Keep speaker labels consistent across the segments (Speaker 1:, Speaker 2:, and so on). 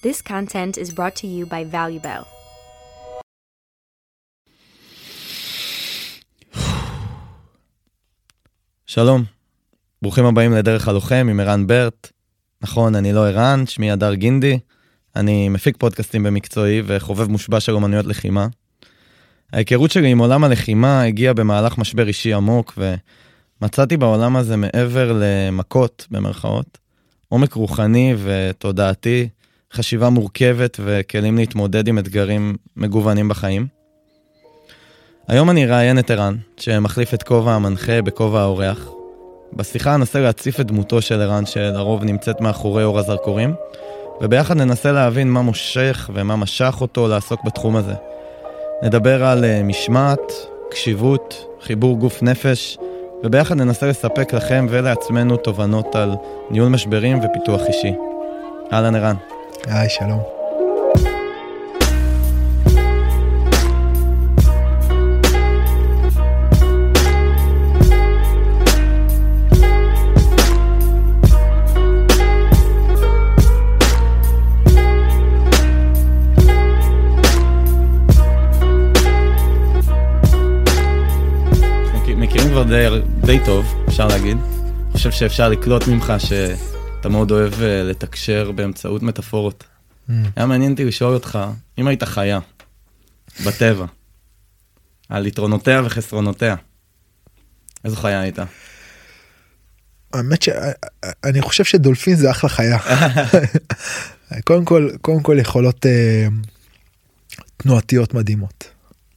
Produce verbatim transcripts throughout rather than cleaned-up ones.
Speaker 1: This content is brought to you by ValueBell.
Speaker 2: שלום, ברוכים הבאים לדרך הלוחם עם ערן ברט. נכון, אני לא ערן, שמי הדר גינדי, אני מפיק פודקאסטים במקצועי וחובב מושבע של אומנויות לחימה. ההיכרות שלי עם עולם הלחימה הגיעה במהלך משבר אישי עמוק, ומצאתי בעולם הזה מעבר למכות במרכאות, עומק רוחני ותודעתי, חשיבה מורכבת וכלים להתמודד עם אתגרים מגוונים בחיים. היום אני אראיין את ערן, שמחליף את כובע המנחה בכובע האורח. בשיחה ננסה להציף את דמותו של ערן, שלרוב נמצאת מאחורי אור הזרקורים, וביחד ננסה להבין מה מושך ומה משך אותו לעסוק בתחום הזה. נדבר על משמעת, קשיבות, חיבור גוף נפש, וביחד ננסה לספק לכם ולעצמנו תובנות על ניהול משברים ופיתוח אישי. אהלן ערן.
Speaker 3: היי, שלום.
Speaker 2: די, די טוב, אפשר להגיד. אני חושב שאפשר לקלוט ממך שאתה מאוד אוהב לתקשר באמצעות מטאפורות. Mm. היה מעניין אותי לשאול אותך, אם היית חיה בטבע, על יתרונותיה וחסרונותיה, איזו חיה הייתה?
Speaker 3: האמת שאני חושב שדולפין זה אחלה חיה. קודם כל, קודם כל יכולות אה, תנועתיות מדהימות.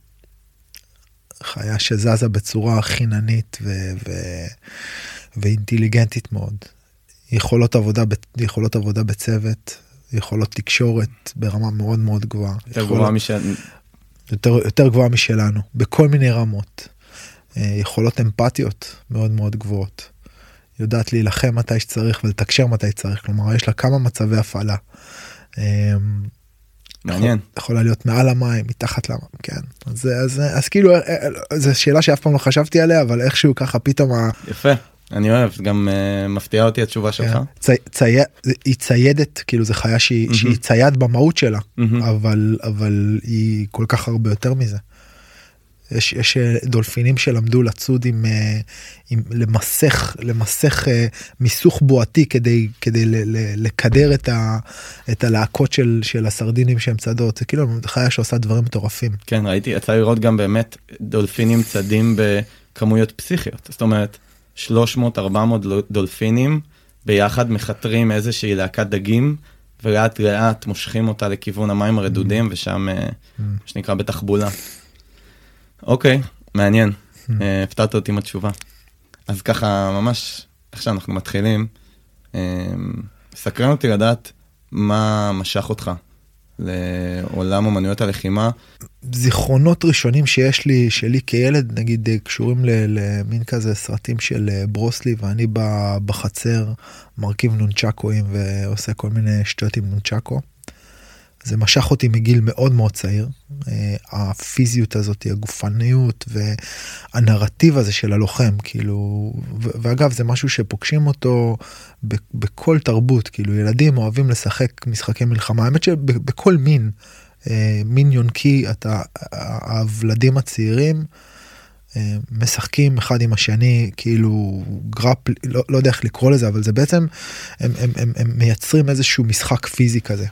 Speaker 3: חיה שזזה בצורה חיננית ו- ו- ואינטליגנטית מאוד. יכולות עבודה, ב- יכולות עבודה בצוות, יכולות תקשורת ברמה מאוד מאוד גבוהה.
Speaker 2: יותר גבוהה משל...
Speaker 3: יותר, יותר גבוהה משלנו, בכל מיני רמות. יכולות אמפתיות מאוד מאוד גבוהות. יודעת להילחם מתי שצריך ולתקשר מתי שצריך. כלומר, יש לה כמה מצבי הפעלה.
Speaker 2: מעניין.
Speaker 3: יכולה להיות מעל המים, מתחת למים, כן. אז, אז, אז כאילו, זו שאלה שאף פעם לא חשבתי עליה, אבל איכשהו ככה פתאום...
Speaker 2: יפה, אני אוהב, גם uh, מפתיעה אותי התשובה שלך.
Speaker 3: צי, צי, היא ציידת, כאילו זו חיה שהיא, mm-hmm. שהיא צייד במהות שלה, mm-hmm. אבל, אבל היא כל כך הרבה יותר מזה. יש, יש דולפינים שלמדו לצוד עם, עם למסך, למסך מיסוך בועתי כדי, כדי ל, ל, לקדר את, ה, את הלהקות של, של הסרדינים שהם צדות. זה כאילו חיה שעושה דברים מטורפים.
Speaker 2: כן, ראיתי, יצא לראות גם באמת דולפינים צדים בכמויות פסיכיות. זאת אומרת, שלוש מאות ארבע מאות דולפינים ביחד מחתרים איזושהי להקת דגים, ולאט לאט מושכים אותה לכיוון המים הרדודים, ושם, שנקרא בתחבולה. אוקיי, מעניין. הפתעת אותי עם התשובה. אז ככה, ממש, איך שאנחנו מתחילים, סקרן אותי לדעת מה משך אותך לעולם אומנויות הלחימה.
Speaker 3: זיכרונות ראשונים שיש לי, שלי כילד, נגיד, קשורים למין כזה סרטים של ברוסלי, ואני בחצר מרכיב נונצ'קוים ועושה כל מיני שטויות עם נונצ'קו. זה משך אותי מגיל מאוד מאוד צעיר, הפיזיות הזאת, הגופניות והנרטיב הזה של הלוחם, כאילו, ואגב זה משהו שפוגשים אותו בכל תרבות, כאילו ילדים אוהבים לשחק משחקי מלחמה, האמת שבכל מין, מין יונקי, הוולדים הצעירים משחקים אחד עם השני, כאילו גרפ, לא, לא יודע איך לקרוא לזה, אבל זה בעצם, הם, הם, הם, הם מייצרים איזשהו משחק פיזי כזה.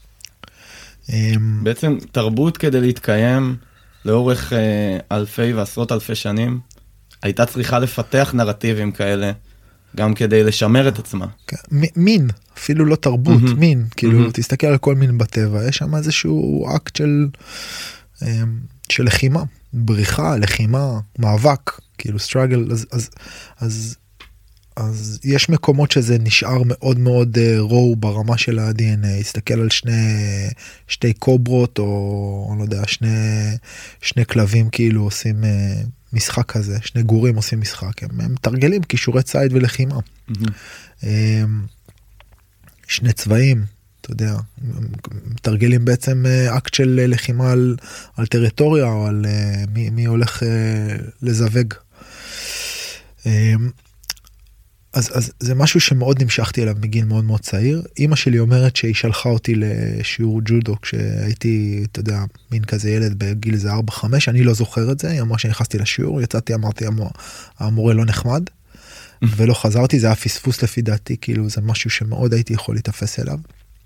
Speaker 2: בעצם תרבות כדי להתקיים לאורך אלפי ועשרות אלפי שנים, הייתה צריכה לפתח נרטיבים כאלה, גם כדי לשמר את עצמה.
Speaker 3: מין, אפילו לא תרבות, מין, כאילו תסתכל על כל מין בטבע, יש שם איזשהו אקט של של לחימה, בריחה, לחימה, מאבק, כאילו סטרגל, אז אז אז אז יש מקומות שזה נשאר מאוד מאוד רואו ברמה של ה-די אן איי, הסתכל על שני, שתי קוברות, או אני לא יודע, שני, שני כלבים כאילו עושים משחק כזה, שני גורים עושים משחק, הם, הם תרגלים כישורי ציד ולחימה. Mm-hmm. שני צבעים, אתה יודע, מתרגלים בעצם אקט של לחימה על, על טריטוריה, או על מי, מי הולך לזווג. אז, אז זה משהו שמאוד נמשכתי אליו מגיל מאוד מאוד צעיר. אמא שלי אומרת שהיא שלחה אותי לשיעור ג'ודו כשהייתי, אתה יודע, מין כזה ילד בגיל זה ארבע חמש, אני לא זוכר את זה, היא אמרה שנכנסתי לשיעור, יצאתי, אמרתי, המורה לא נחמד, ולא חזרתי, זה היה פספוס לפי דעתי, כאילו זה משהו שמאוד הייתי יכול להתאפס אליו.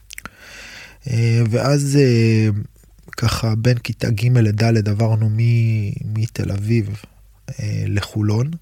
Speaker 3: ואז ככה בין כיתה ג' לד' עברנו מתל אביב לחולון,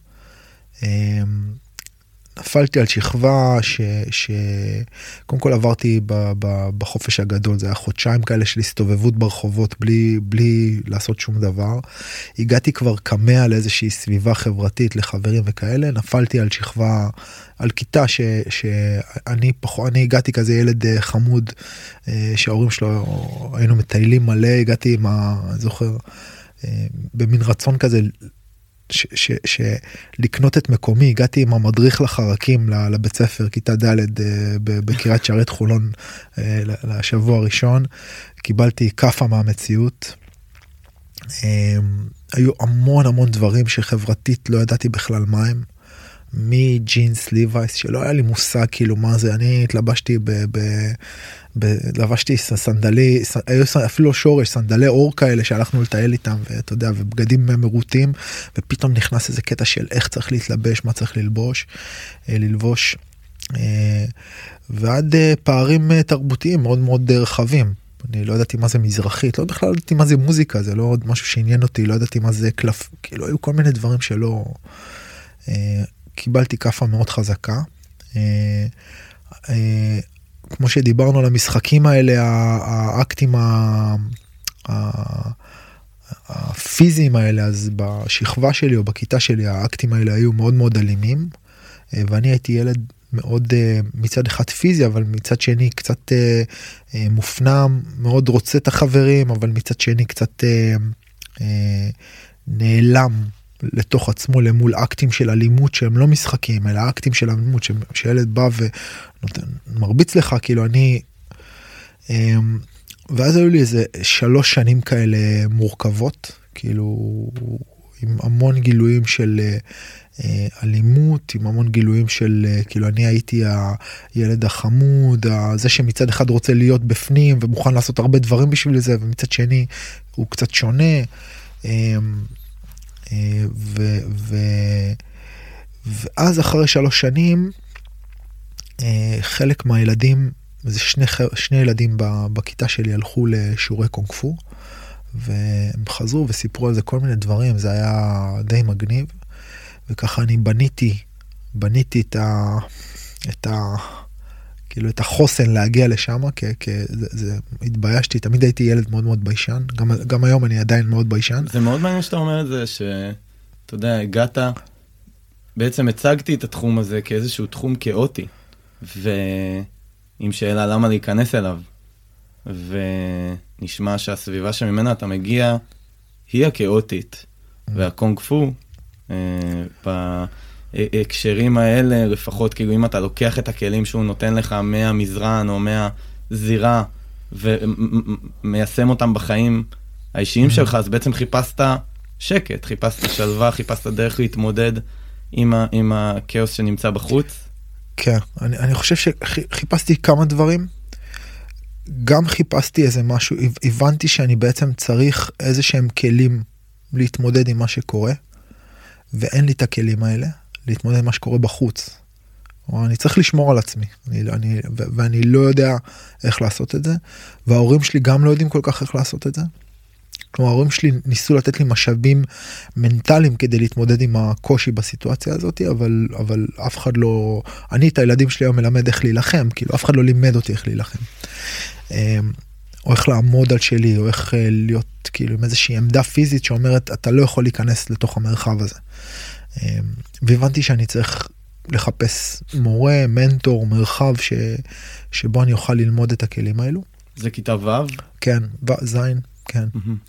Speaker 3: נפלתי על שכבה ש, ש... קודם כל עברתי ב, ב, בחופש הגדול, זה היה חודשיים כאלה של הסתובבות ברחובות בלי, בלי לעשות שום דבר. הגעתי כבר כמה לאיזושהי סביבה חברתית לחברים וכאלה, נפלתי על שכבה, על כיתה ש, שאני פחות, אני הגעתי כזה ילד חמוד, שההורים שלו היינו מטיילים מלא, הגעתי עם ה... זוכר, במין רצון כזה, ש, ש, ש, לקנות את מקומי, הגעתי עם המדריך לחרקים לבית ספר, כיתה ד' בקריית שערת חולון לשבוע הראשון, קיבלתי קפה מהמציאות, היו המון המון דברים שחברתית לא ידעתי בכלל מה הם, מג'ינס ליווייס, שלא היה לי מושג כאילו מה זה, אני התלבשתי ב... ב לבשתי סנדלי, אפילו שורש, סנדלי אור כאלה שהלכנו לטייל איתם, ואתה יודע, ובגדים מרוטים, ופתאום נכנס איזה קטע של איך צריך להתלבש, מה צריך ללבוש, ללבוש, ועד פערים תרבותיים מאוד מאוד רחבים. אני לא ידעתי מה זה מזרחית, לא בכלל לא ידעתי מה זה מוזיקה, זה לא עוד משהו שעניין אותי, לא ידעתי מה זה קלף, כאילו היו כל מיני דברים שלא, קיבלתי קפה מאוד חזקה, כמו שדיברנו על המשחקים האלה, האקטים הפיזיים האלה, אז בשכבה שלי או בכיתה שלי, האקטים האלה היו מאוד מאוד אלימים, ואני הייתי ילד מאוד מצד אחד פיזי, אבל מצד שני קצת מופנם, מאוד רוצה את החברים, אבל מצד שני קצת נעלם לתוך עצמו למול אקטים של אלימות שהם לא משחקים, אלא אקטים של אלימות שילד בא ומרביץ לך, כאילו אני, ואז היו לי איזה שלוש שנים כאלה מורכבות, כאילו עם המון גילויים של אלימות, עם המון גילויים של, כאילו אני הייתי הילד החמוד, זה שמצד אחד רוצה להיות בפנים ומוכן לעשות הרבה דברים בשביל זה, ומצד שני הוא קצת שונה, ו, ו, ואז אחרי שלוש שנים חלק מהילדים, זה שני, שני ילדים בכיתה שלי הלכו לשיעורי קונג פו, והם חזרו וסיפרו על זה כל מיני דברים, זה היה די מגניב, וככה אני בניתי בניתי את ה, את ה כאילו את החוסן להגיע לשם, כי, כי זה, זה, התביישתי, תמיד הייתי ילד מאוד מאוד ביישן, גם, גם היום אני עדיין מאוד ביישן.
Speaker 2: זה מאוד מעניין שאתה אומר את זה, שאתה יודע, הגעת, בעצם הצגתי את התחום הזה כאיזשהו תחום כאוטי, ועם שאלה למה להיכנס אליו, ונשמע שהסביבה שממנה אתה מגיע, היא הכאוטית, והקונג פו, ב... הקשרים האלה, לפחות כאילו אם אתה לוקח את הכלים שהוא נותן לך מהמזרן או מהזירה ומיישם אותם בחיים האישיים שלך, אז בעצם חיפשת שקט, חיפשת שלווה, חיפשת דרך להתמודד עם, ה, עם הכאוס שנמצא בחוץ.
Speaker 3: כן, אני, אני חושב שחיפשתי כמה דברים, גם חיפשתי איזה משהו, הבנתי שאני בעצם צריך איזה שהם כלים להתמודד עם מה שקורה, ואין לי את הכלים האלה. להתמודד עם מה שקורה בחוץ. או אני צריך לשמור על עצמי. אני, אני, ו- ואני לא יודע איך לעשות את זה. וההורים שלי גם לא יודעים כל כך איך לעשות את זה. כלומר, ההורים שלי ניסו לתת לי משאבים מנטליים כדי להתמודד עם הקושי בסיטואציה הזאת, אבל, אבל אף אחד לא... אני את הילדים שלי היום מלמד איך להילחם, כאילו אף אחד לא לימד אותי איך להילחם. או איך לעמוד על שלי, או איך להיות כאילו עם איזושהי עמדה פיזית שאומרת, אתה לא יכול להיכנס לתוך המרחב הזה. והבנתי שאני צריך לחפש מורה, מנטור, מרחב ש, שבו אני אוכל ללמוד את הכלים האלו.
Speaker 2: זה כיתה ו'?
Speaker 3: כן, זין, כן.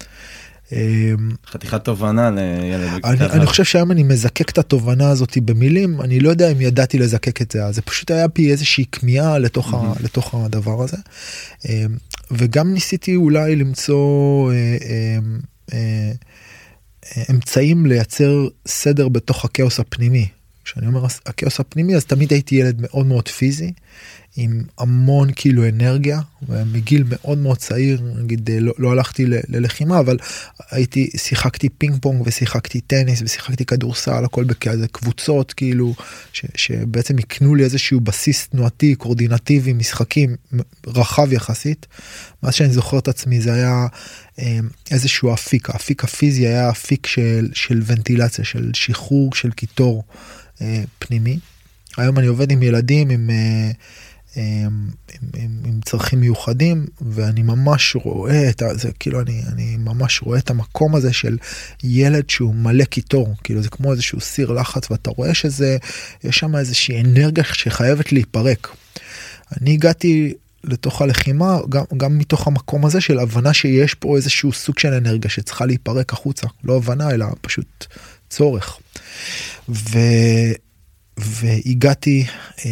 Speaker 2: חתיכת תובנה לילד בכיתה ו'.
Speaker 3: אני חושב שהיום אני מזקק את התובנה הזאת במילים, אני לא יודע אם ידעתי לזקק את זה, זה פשוט היה פי איזושהי כמיהה לתוך, ה, לתוך הדבר הזה. וגם ניסיתי אולי למצוא אמצעים לייצר סדר בתוך הכאוס הפנימי, כשאני אומר הכאוס הפנימי, אז תמיד הייתי ילד מאוד מאוד פיזי, עם המון כאילו אנרגיה, ומגיל מאוד מאוד צעיר, נגיד לא, לא הלכתי ל, ללחימה, אבל הייתי, שיחקתי פינג פונג, ושיחקתי טניס, ושיחקתי כדורסל, הכל בכזה קבוצות, כאילו, ש, שבעצם יקנו לי איזשהו בסיס תנועתי, קורדינטיבי, משחקים, רחב יחסית. מה שאני זוכר את עצמי, זה היה איזשהו אפיק, האפיק הפיזי היה אפיק של, של ונטילציה, של שחרור, של קיטור פנימי. היום אני עובד עם ילדים, עם... עם, עם, עם צרכים מיוחדים, ואני ממש רואה את זה, כאילו אני, אני ממש רואה את המקום הזה של ילד שהוא מלא קיטור, כאילו זה כמו איזשהו סיר לחץ, ואתה רואה שזה, יש שם איזושהי אנרגיה שחייבת להיפרק. אני הגעתי לתוך הלחימה, גם, גם מתוך המקום הזה של הבנה שיש פה איזשהו סוג של אנרגיה שצריכה להיפרק החוצה, לא הבנה, אלא פשוט צורך. ו, והגעתי,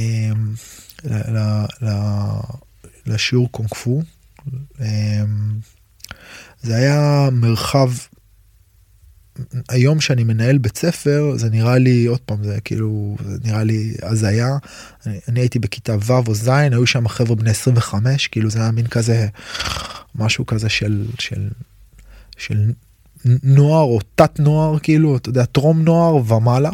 Speaker 3: לשיעור קונג פו. זה היה מרחב, היום שאני מנהל בית ספר, זה נראה לי, עוד פעם, זה כאילו, זה נראה לי הזיה. אני, אני הייתי בכיתה ו' או ז', היו שם חבר'ה בני עשרים וחמש, כאילו זה היה מין כזה, משהו כזה של, של, של נוער או תת נוער, כאילו, אתה יודע, טרום נוער ומעלה.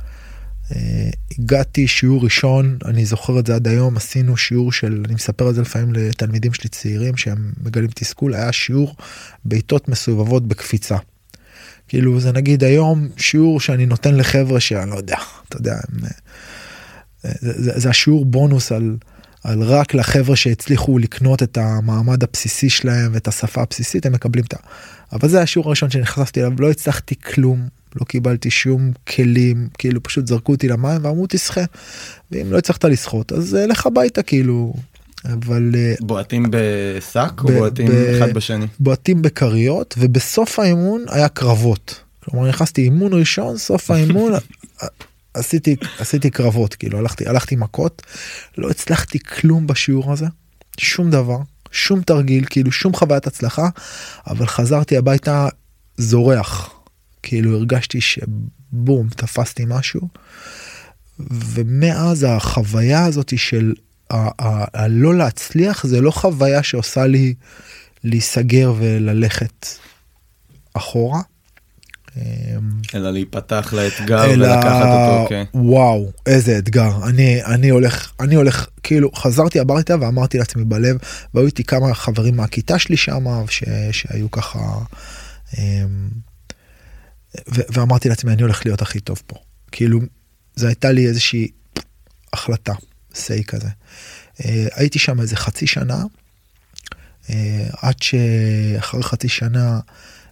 Speaker 3: הגעתי שיעור ראשון, אני זוכר את זה עד היום, עשינו שיעור של, אני מספר את זה לפעמים לתלמידים שלי צעירים שהם מגלים תסכול, היה שיעור בעיטות מסובבות בקפיצה. כאילו זה נגיד היום שיעור שאני נותן לחבר'ה שאני לא יודע, אתה יודע, הם, זה, זה, זה השיעור בונוס על, על רק לחבר'ה שהצליחו לקנות את המעמד הבסיסי שלהם ואת השפה הבסיסית, הם מקבלים את ה... אבל זה השיעור הראשון שנחשפתי אליו, לא הצלחתי כלום, לא קיבלתי שום כלים, כאילו פשוט זרקו אותי למים ואמרו תשחה, ואם לא הצלחת לשחות, אז לך הביתה כאילו, אבל...
Speaker 2: בועטים בסק או בועטים אחד בשני?
Speaker 3: בועטים בקריות, ובסוף האימון היה קרבות. כלומר, נכנסתי אימון ראשון, סוף האימון, עשיתי, עשיתי קרבות, כאילו, הלכתי, הלכתי מכות, לא הצלחתי כלום בשיעור הזה, שום דבר, שום תרגיל, כאילו, שום חוויית הצלחה, אבל חזרתי הביתה זורח. כאילו הרגשתי שבום, תפסתי משהו, ומאז החוויה הזאת של הלא להצליח, זה לא חוויה שעושה לי להיסגר וללכת אחורה.
Speaker 2: אלא להיפתח לאתגר ולקחת אותו, אוקיי.
Speaker 3: וואו, איזה אתגר. אני, אני הולך, אני הולך, כאילו, חזרתי הביתה ואמרתי לעצמי בלב, והיו איתי כמה חברים מהכיתה שלי שם, שהיו ככה... ואמרתי לעצמי, אני הולך להיות הכי טוב פה. כאילו, זו הייתה לי איזושהי החלטה, סי כזה. הייתי שם איזה חצי שנה, עד שאחרי חצי שנה,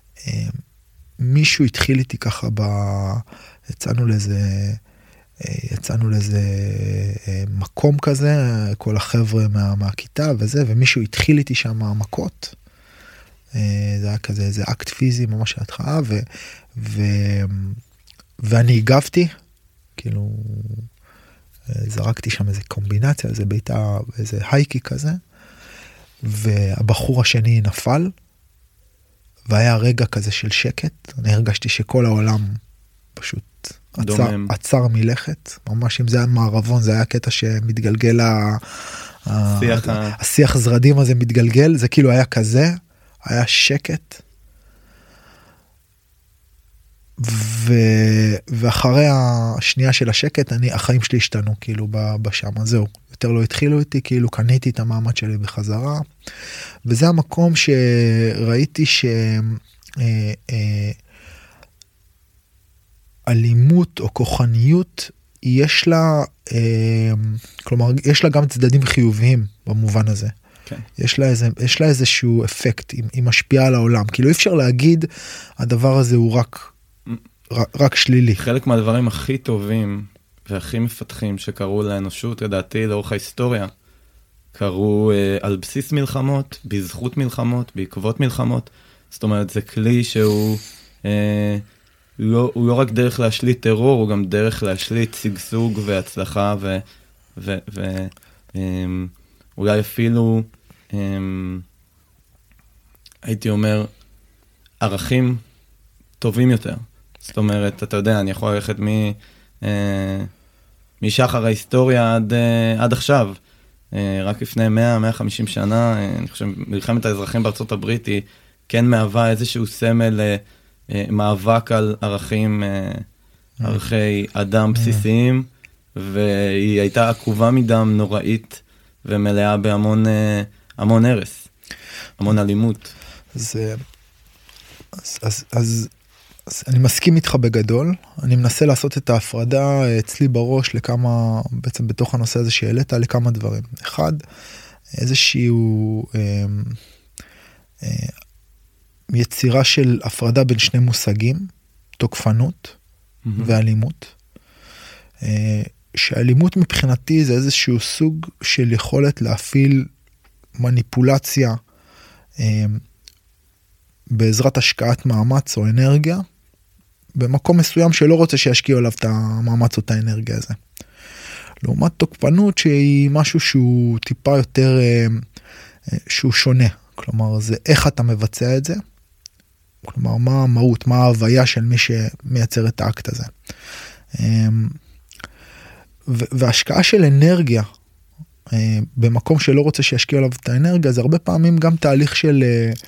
Speaker 3: מישהו התחיל איתי ככה, ב... יצאנו לאיזה, יצאנו לאיזה מקום כזה, כל החבר'ה מה, מהכיתה וזה, ומישהו התחיל איתי שם מכות, זה היה כזה, איזה אקט פיזי ממש להתחלה, ו, ו, ואני הגבתי, כאילו, זרקתי שם איזה קומבינציה, איזה ביתה, איזה הייקי כזה, והבחור השני נפל, והיה רגע כזה של שקט, אני הרגשתי שכל העולם פשוט עצר, עצר מלכת, ממש אם זה היה מערבון, זה היה קטע שמתגלגל, השיח, ה... השיח זרדים הזה מתגלגל, זה כאילו היה כזה, היה שקט, ו... ואחרי השנייה של השקט, אני, החיים שלי השתנו, כאילו, בשם, זהו, יותר לא התחילו איתי, כאילו, קניתי את המעמד שלי בחזרה, וזה המקום שראיתי ש... אה, אה, אלימות או כוחניות, יש לה, אה, כלומר, יש לה גם צדדים חיוביים, במובן הזה. כן. יש לה איזה, יש לה איזשהו אפקט, היא, היא משפיעה על העולם. כאילו אי אפשר להגיד, הדבר הזה הוא רק, רק, רק שלילי.
Speaker 2: חלק מהדברים הכי טובים והכי מפתחים שקרו לאנושות, לדעתי, לאורך ההיסטוריה, קרו אה, על בסיס מלחמות, בזכות מלחמות, בעקבות מלחמות. זאת אומרת, זה כלי שהוא, אה, לא, הוא לא רק דרך להשליט טרור, הוא גם דרך להשליט שגשוג והצלחה, ו, ו, ו, אה, אולי אפילו, הייתי אומר, ערכים טובים יותר. זאת אומרת, אתה יודע, אני יכול ללכת משחר ההיסטוריה עד, עד עכשיו. רק לפני מאה מאה וחמישים שנה, אני חושב, מלחמת האזרחים בארצות הברית היא כן מהווה איזשהו סמל מאבק על ערכים, ערכי אדם בסיסיים, והיא הייתה עקובה מדם נוראית ומלאה בהמון המון הרס, המון אלימות.
Speaker 3: אז, אז, אז, אז, אז אני מסכים איתך בגדול, אני מנסה לעשות את ההפרדה אצלי בראש לכמה, בעצם בתוך הנושא הזה שהעלית, לכמה דברים. אחד, איזשהו אה, אה, יצירה של הפרדה בין שני מושגים, תוקפנות mm-hmm. ואלימות. אה, שאלימות מבחינתי זה איזשהו סוג של יכולת להפעיל מניפולציה אה, בעזרת השקעת מאמץ או אנרגיה, במקום מסוים שלא רוצה שישקיעו עליו את המאמץ או את האנרגיה הזה. לעומת תוקפנות שהיא משהו שהוא טיפה יותר, אה, אה, שהוא שונה. כלומר, זה איך אתה מבצע את זה. כלומר, מה המהות, מה ההוויה של מי שמייצר את האקט הזה. אה, וההשקעה של אנרגיה, במקום שלא רוצה שישקיע עליו את האנרגיה, זה הרבה פעמים גם תהליך של,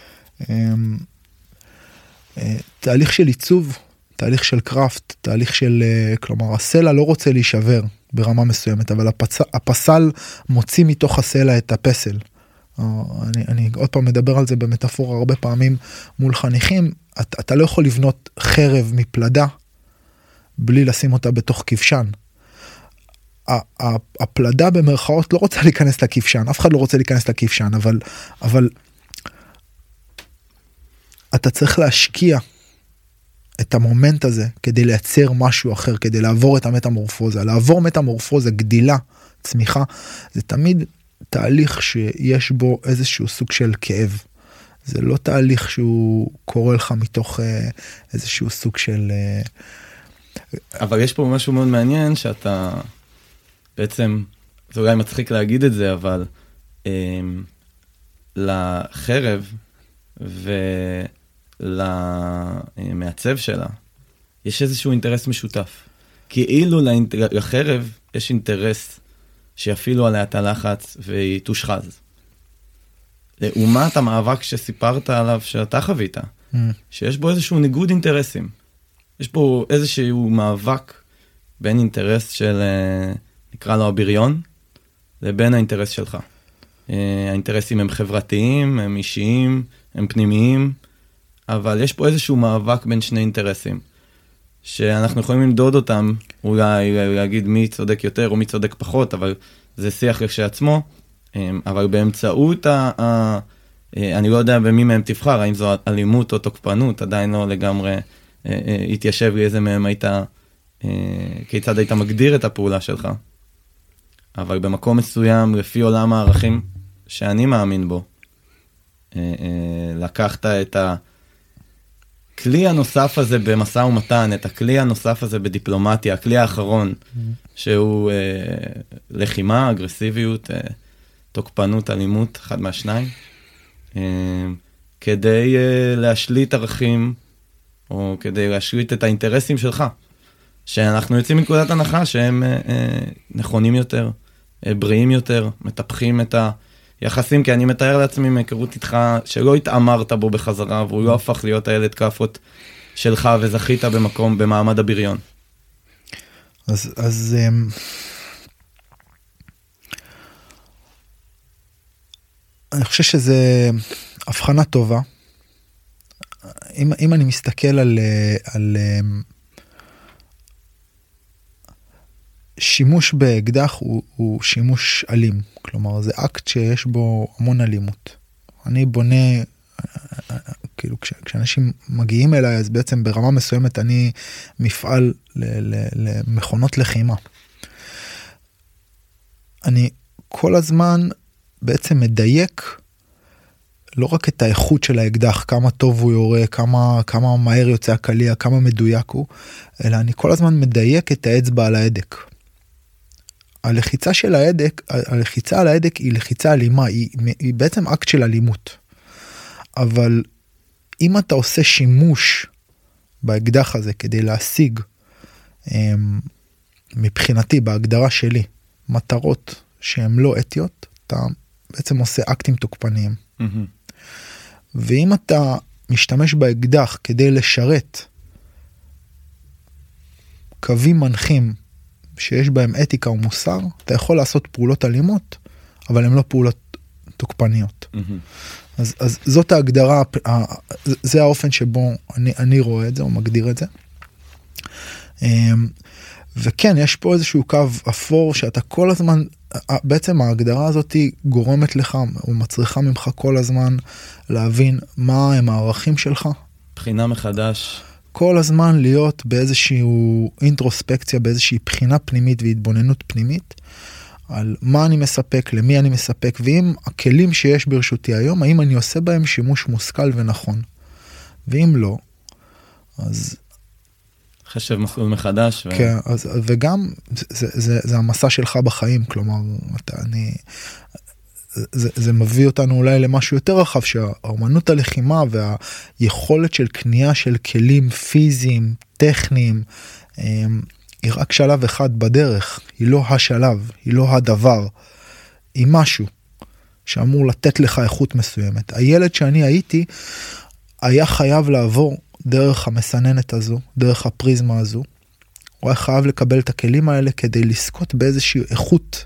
Speaker 3: תהליך של עיצוב, תהליך של קראפט, תהליך של, כלומר, הסלע לא רוצה להישבר ברמה מסוימת, אבל הפצ... הפסל מוציא מתוך הסלע את הפסל. אני, אני עוד פעם מדבר על זה במטאפורה הרבה פעמים מול חניכים, אתה, אתה לא יכול לבנות חרב מפלדה, בלי לשים אותה בתוך כבשן. הפלדה במרכאות לא רוצה להיכנס לכבשן, אף אחד לא רוצה להיכנס לכבשן, אבל, אבל אתה צריך להשקיע את המומנט הזה כדי לייצר משהו אחר, כדי לעבור את המטמורפוזה. לעבור מטמורפוזה, גדילה, צמיחה, זה תמיד תהליך שיש בו איזשהו סוג של כאב. זה לא תהליך שהוא קורה לך מתוך איזשהו סוג של...
Speaker 2: אבל יש פה משהו מאוד מעניין שאתה... בעצם, זה אולי מצחיק להגיד את זה, אבל אה, לחרב ולמעצב שלה, יש איזשהו אינטרס משותף. כאילו לחרב יש אינטרס שיפעילו עליה את הלחץ והיא תושחז. לעומת המאבק שסיפרת עליו שאתה חווית, mm. שיש בו איזשהו ניגוד אינטרסים. יש פה איזשהו מאבק בין אינטרס של... נקרא לו הבריון, לבין האינטרס שלך. האינטרסים הם חברתיים, הם אישיים, הם פנימיים, אבל יש פה איזשהו מאבק בין שני אינטרסים, שאנחנו יכולים למדוד אותם, אולי להגיד מי צודק יותר או מי צודק פחות, אבל זה שיח כשעצמו, אבל באמצעות, ה, ה, אני לא יודע במי מהם תבחר, האם זו אלימות או תוקפנות, עדיין לא לגמרי התיישב לי איזה מהם הייתה, כיצד היית מגדיר את הפעולה שלך. אבל במקום מסוים, לפי עולם הערכים שאני מאמין בו, לקחת את הכלי הנוסף הזה במשא ומתן, את הכלי הנוסף הזה בדיפלומטיה, הכלי האחרון, שהוא לחימה, אגרסיביות, תוקפנות, אלימות, אחד מהשניים, כדי להשליט ערכים, או כדי להשליט את האינטרסים שלך. שאנחנו יוצאים מנקודת הנחה שהם אה, אה, נכונים יותר, אה, בריאים יותר, מטפחים את היחסים, כי אני מתאר לעצמי מהיכרות איתך שלא התאמרת בו בחזרה, והוא לא הפך להיות הילד כאפות שלך, וזכית במקום, במעמד הבריון.
Speaker 3: אז, אז אני חושב שזה הבחנה טובה. אם, אם אני מסתכל על, על שימוש באקדח הוא, הוא שימוש אלים, כלומר זה אקט שיש בו המון אלימות. אני בונה, כאילו כש, כשאנשים מגיעים אליי, אז בעצם ברמה מסוימת אני מפעל ל, ל, למכונות לחימה. אני כל הזמן בעצם מדייק לא רק את האיכות של האקדח, כמה טוב הוא יורה, כמה, כמה מהר יוצא הקליע, כמה מדויק הוא, אלא אני כל הזמן מדייק את האצבע על ההדק. הלחיצה של ההדק, הלחיצה על ההדק היא לחיצה אלימה, היא, היא בעצם אקט של אלימות. אבל אם אתה עושה שימוש באקדח הזה כדי להשיג אמ, מבחינתי, בהגדרה שלי, מטרות שהן לא אתיות, אתה בעצם עושה אקטים תוקפניים. Mm-hmm. ואם אתה משתמש באקדח כדי לשרת קווים מנחים שיש בהם אתיקה ומוסר, אתה יכול לעשות פעולות אלימות, אבל הן לא פעולות תוקפניות. Mm-hmm. אז, אז זאת ההגדרה, זה האופן שבו אני, אני רואה את זה, או מגדיר את זה. וכן, יש פה איזשהו קו אפור שאתה כל הזמן, בעצם ההגדרה הזאת גורמת לך, או מצריכה ממך כל הזמן להבין מה הם הערכים שלך.
Speaker 2: בחינה מחדש.
Speaker 3: כל הזמן להיות באיזשהו אינטרוספקציה, באיזושהי בחינה פנימית והתבוננות פנימית, על מה אני מספק, למי אני מספק, ואם הכלים שיש ברשותי היום, האם אני עושה בהם שימוש מושכל ונכון. ואם לא, אז...
Speaker 2: חשב מסלול מחדש. ו...
Speaker 3: כן, אז, וגם זה, זה, זה המסע שלך בחיים, כלומר, אתה, אני... זה, זה מביא אותנו אולי למשהו יותר רחב, שהאמנות הלחימה והיכולת של קנייה של כלים פיזיים, טכניים, היא רק שלב אחד בדרך, היא לא השלב, היא לא הדבר, היא משהו שאמור לתת לך איכות מסוימת. הילד שאני הייתי, היה חייב לעבור דרך המסננת הזו, דרך הפריזמה הזו, הוא היה חייב לקבל את הכלים האלה כדי לזכות באיזושהי איכות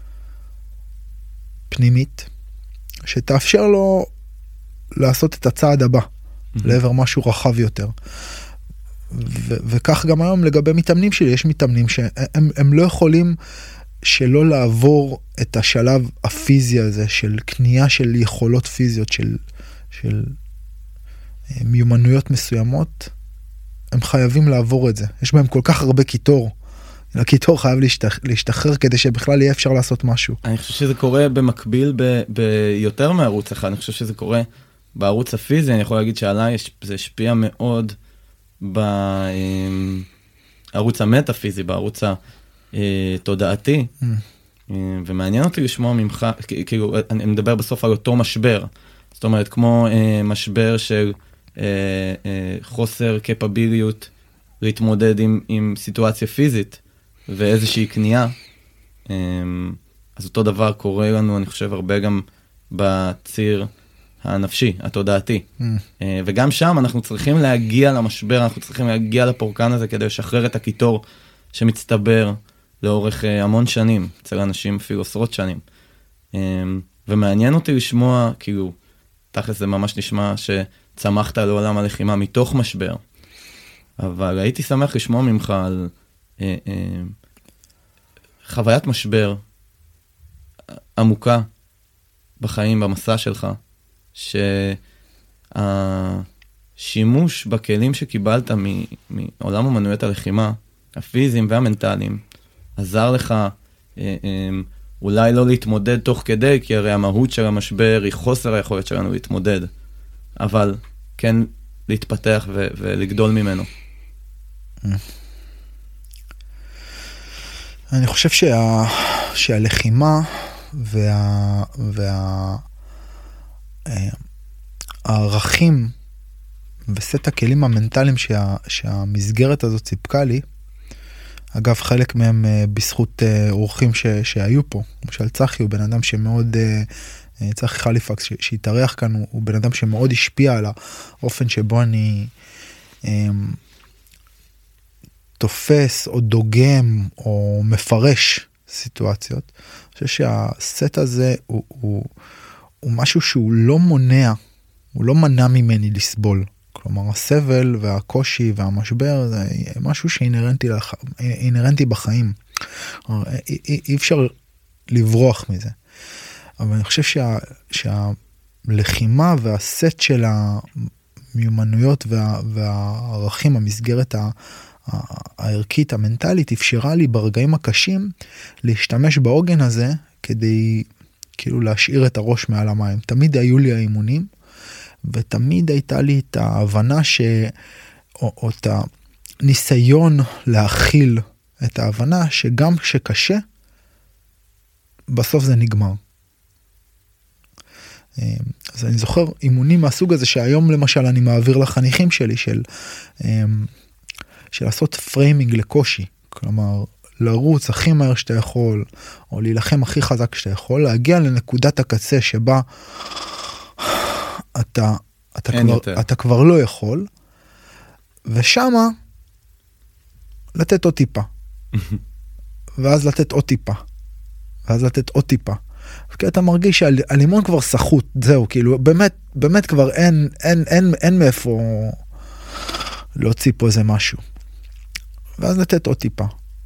Speaker 3: פנימית, שתאפשר לו לעשות את הצעד הבא, mm-hmm. לעבר משהו רחב יותר. ו- וכך גם היום לגבי מתאמנים שלי, יש מתאמנים שהם הם לא יכולים שלא לעבור את השלב הפיזי הזה, של קנייה של יכולות פיזיות, של, של מיומנויות מסוימות, הם חייבים לעבור את זה. יש בהם כל כך הרבה קיטור, הקיטור חייב להשתח... להשתחרר כדי שבכלל יהיה אפשר לעשות משהו.
Speaker 2: אני חושב שזה קורה במקביל ב... ביותר מערוץ אחד, אני חושב שזה קורה בערוץ הפיזי, אני יכול להגיד שעליי זה השפיע מאוד בערוץ המטאפיזי, בערוץ התודעתי, mm. ומעניין אותי לשמוע ממך, כאילו, אני מדבר בסוף על אותו משבר, זאת אומרת, כמו משבר של חוסר קפביליות להתמודד עם, עם סיטואציה פיזית, ואיזושהי קנייה, אז אותו דבר קורה לנו, אני חושב, הרבה גם בציר הנפשי, התודעתי. Mm. וגם שם אנחנו צריכים להגיע למשבר, אנחנו צריכים להגיע לפורקן הזה כדי לשחרר את הקיטור שמצטבר לאורך המון שנים, אצל אנשים אפילו עשרות שנים. ומעניין אותי לשמוע, כאילו, תכלס זה ממש נשמע שצמחת לעולם הלחימה מתוך משבר, אבל הייתי שמח לשמוע ממך על אה, אה, חוויית משבר עמוקה בחיים, במסע שלך, שהשימוש בכלים שקיבלת מעולם אומנויות הלחימה, הפיזיים והמנטליים, עזר לך אה, אה, אולי לא להתמודד תוך כדי, כי הרי המהות של המשבר היא חוסר היכולת שלנו להתמודד, אבל כן להתפתח ו- ולגדול ממנו.
Speaker 3: אני חושב שה, שהלחימה וה, וה, הערכים וסט הכלים המנטליים שה, שהמסגרת הזאת סיפקה לי, אגב חלק מהם בזכות אורחים ש, שהיו פה, למשל צחי הוא בן אדם שמאוד, צחי חליפקס שהתארח כאן, הוא, הוא בן אדם שמאוד השפיע על האופן שבו אני תופס או דוגם או מפרש סיטואציות. אני חושב שהסט הזה הוא, הוא, הוא משהו שהוא לא מונע, הוא לא מנע ממני לסבול. כלומר, הסבל והקושי והמשבר זה משהו שאינרנטי לח... אינרנטי בחיים. אי, אי, אי אפשר לברוח מזה. אבל אני חושב שה, שהלחימה והסט של המיומנויות וה, והערכים, המסגרת ה... הערכית, המנטלית, אפשרה לי ברגעים הקשים להשתמש בעוגן הזה כדי כאילו להשאיר את הראש מעל המים. תמיד היו לי האימונים, ותמיד הייתה לי את ההבנה ש... או, או את הניסיון להכיל את ההבנה שגם שקשה, בסוף זה נגמר. אז אני זוכר אימונים מהסוג הזה שהיום למשל אני מעביר לחניכים שלי של... של לעשות פריימינג לקושי, כלומר, לרוץ הכי מהר שאתה יכול, או להילחם הכי חזק שאתה יכול, להגיע לנקודת הקצה שבה אתה, אתה, כבר, אתה כבר לא יכול, ושמה לתת עוד טיפה. ואז לתת עוד טיפה. ואז לתת עוד טיפה. כי אתה מרגיש שהלימון כבר סחוט, זהו, כאילו, באמת, באמת כבר אין, אין, אין, אין מאיפה להוציא פה איזה משהו. ואז לתת עוד טיפה.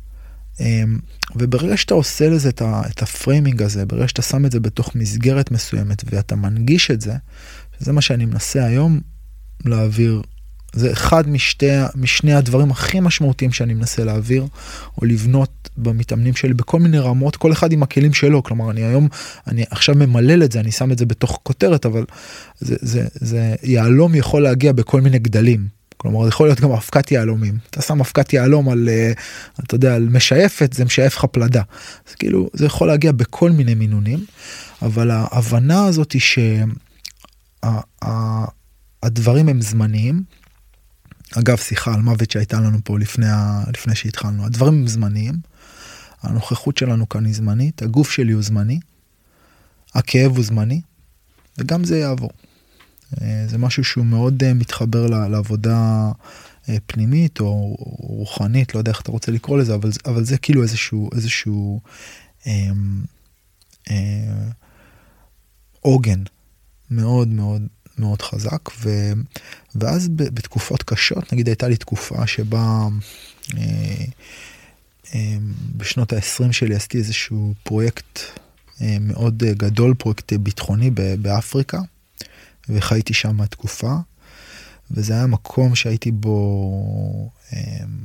Speaker 3: וברגע שאתה עושה לזה את הפריימינג הזה, ברגע שאתה שם את זה בתוך מסגרת מסוימת, ואתה מנגיש את זה, שזה מה שאני מנסה היום להעביר, זה אחד משתי, משני הדברים הכי משמעותיים שאני מנסה להעביר, או לבנות במתאמנים שלי, בכל מיני רמות, כל אחד עם הכלים שלו, כלומר, אני היום, אני עכשיו ממלל את זה, אני שם את זה בתוך כותרת, אבל זה, זה, זה, יעלום יכול להגיע בכל מיני גדלים, כלומר, זה יכול להיות גם אבקת יעלומים, אתה שם אבקת יעלום על, אתה יודע, על משייפת, זה משייף לך פלדה, אז כאילו, זה יכול להגיע בכל מיני מינונים, אבל ההבנה הזאת היא שהדברים הם זמניים, אגב, שיחה על מוות שהייתה לנו פה לפני, לפני שהתחלנו. הדברים הם זמניים, הנוכחות שלנו כאן היא זמנית, הגוף שלי הוא זמני, הכאב הוא זמני, וגם זה יעבור. זה משהו שהוא מאוד מתחבר לעבודה פנימית או רוחנית, לא יודע איך אתה רוצה לקרוא לזה, אבל, אבל זה כאילו איזשהו, איזשהו אה, אה, עוגן מאוד מאוד מאוד חזק, ו, ואז בתקופות קשות, נגיד הייתה לי תקופה שבה אה, אה, בשנות ה-עשרים שלי עשיתי איזשהו פרויקט אה, מאוד גדול, פרויקט ביטחוני באפריקה, וחייתי שם התקופה, וזה היה מקום שהייתי בו אה,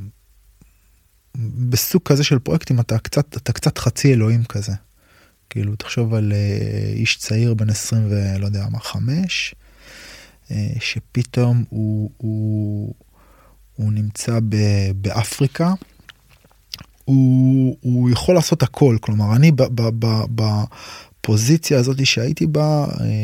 Speaker 3: בסוג כזה של פרויקטים, אתה קצת, אתה קצת חצי אלוהים כזה. כאילו, תחשוב על אה, איש צעיר בן עשרים ולא יודע מה, חמש, שפתאום הוא, הוא, הוא נמצא ב, באפריקה, הוא, הוא יכול לעשות הכל, כלומר, אני ב, ב, ב, בפוזיציה הזאת שהייתי בה,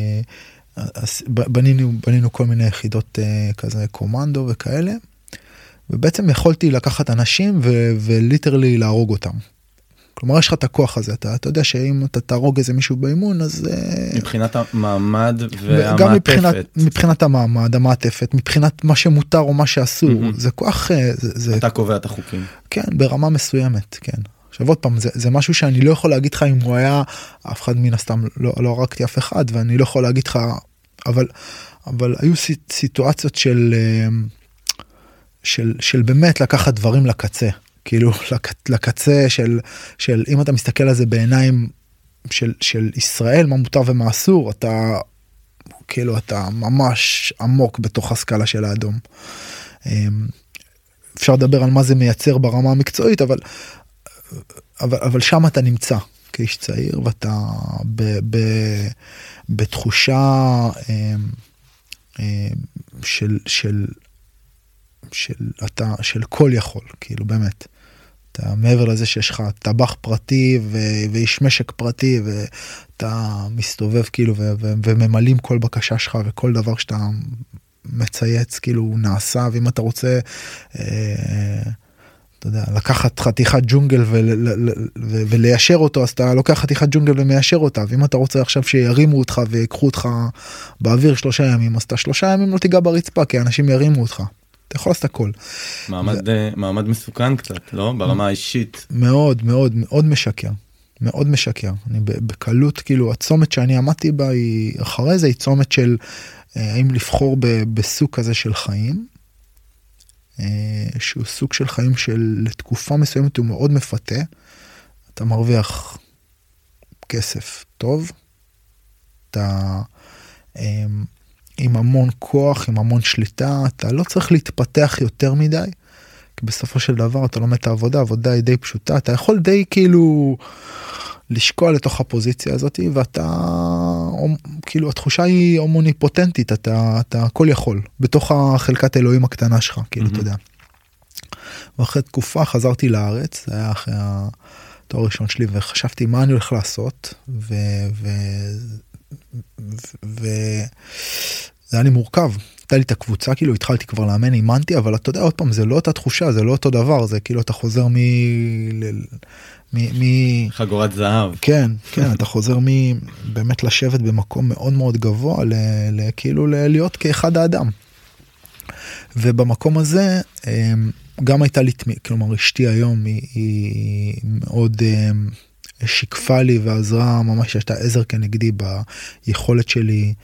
Speaker 3: בנינו, בנינו כל מיני יחידות כזה קומנדו וכאלה, ובעצם יכולתי לקחת אנשים ו, וליטרלי להרוג אותם. כלומר, יש לך את הכוח הזה, אתה, אתה יודע שאם אתה תהרוג איזה מישהו באימון, אז...
Speaker 2: מבחינת המעמד והמעטפת.
Speaker 3: גם מבחינת, מבחינת המעמד, המעטפת, מבחינת מה שמותר או מה שאסור, mm-hmm. זה כוח... זה, זה...
Speaker 2: אתה קובע את החוקים.
Speaker 3: כן, ברמה מסוימת, כן. עכשיו עוד פעם, זה, זה משהו שאני לא יכול להגיד לך אם הוא היה, אף אחד מן הסתם, לא, לא הרגתי אף אחד, ואני לא יכול להגיד לך, אבל, אבל היו סיטואציות של, של, של באמת לקחת דברים לקצה. כאילו לקצה של, של אם אתה מסתכל על זה בעיניים של, של ישראל, מה מותר ומה אסור, אתה, כאילו אתה ממש עמוק בתוך הסקאלה של האדום. אפשר לדבר על מה זה מייצר ברמה המקצועית, אבל, אבל, אבל שם אתה נמצא כאיש צעיר, ואתה ב, ב, בתחושה של, של, של אתה, של כל יכול, כאילו באמת. אתה מעבר לזה שיש לך טבח פרטי ו, ואיש משק פרטי, ואתה מסתובב כאילו ו, ו, וממלאים כל בקשה שלך, וכל דבר שאתה מצייץ כאילו הוא נעשה, ואם אתה רוצה, אה, אתה יודע, לקחת חתיכת ג'ונגל ו, ו, ו, וליישר אותו, אז אתה לוקח חתיכת ג'ונגל ומיישר אותה, ואם אתה רוצה עכשיו שירימו אותך ויקחו אותך באוויר שלושה ימים, אז אתה שלושה ימים לא תיגע ברצפה, כי אנשים ירימו אותך. אתה יכול לעשות הכל.
Speaker 2: מעמד, ו... מעמד מסוכן קצת, לא? ברמה האישית.
Speaker 3: מאוד, מאוד, מאוד משקר. מאוד משקר. אני בקלות, כאילו, הצומת שאני עמדתי בה, היא, אחרי זה היא צומת של, האם לבחור ב, בסוג כזה של חיים, שהוא סוג של חיים של, לתקופה מסוימת הוא מאוד מפתה, אתה מרוויח כסף טוב, אתה... עם המון כוח, עם המון שליטה, אתה לא צריך להתפתח יותר מדי, כי בסופו של דבר אתה לומד את העבודה, העבודה היא די פשוטה, אתה יכול די כאילו לשקוע לתוך הפוזיציה הזאת, ואתה, כאילו התחושה היא הומוניפוטנטית, אתה, אתה הכל יכול, בתוך החלקת אלוהים הקטנה שלך, כאילו, אתה יודע. ואחרי תקופה חזרתי לארץ, זה היה אחרי התואר הראשון שלי, וחשבתי מה אני הולך לעשות, ו... ו... וזה היה לי מורכב, הייתה לי את הקבוצה, כאילו התחלתי כבר לאמן, אימנתי, אבל אתה יודע, עוד פעם, זה לא אותה תחושה, זה לא אותו דבר, זה כאילו אתה חוזר מ... מ...
Speaker 2: חגורת זהב.
Speaker 3: כן, כן, אתה חוזר מ... באמת לשבת במקום מאוד מאוד גבוה, ל... ל... כאילו להיות כאחד האדם. ובמקום הזה, גם הייתה לי, כלומר, אשתי היום, היא, היא מאוד שיקפה לי ועזרה, ממש הייתה עזר כנגדי ביכולת שלי,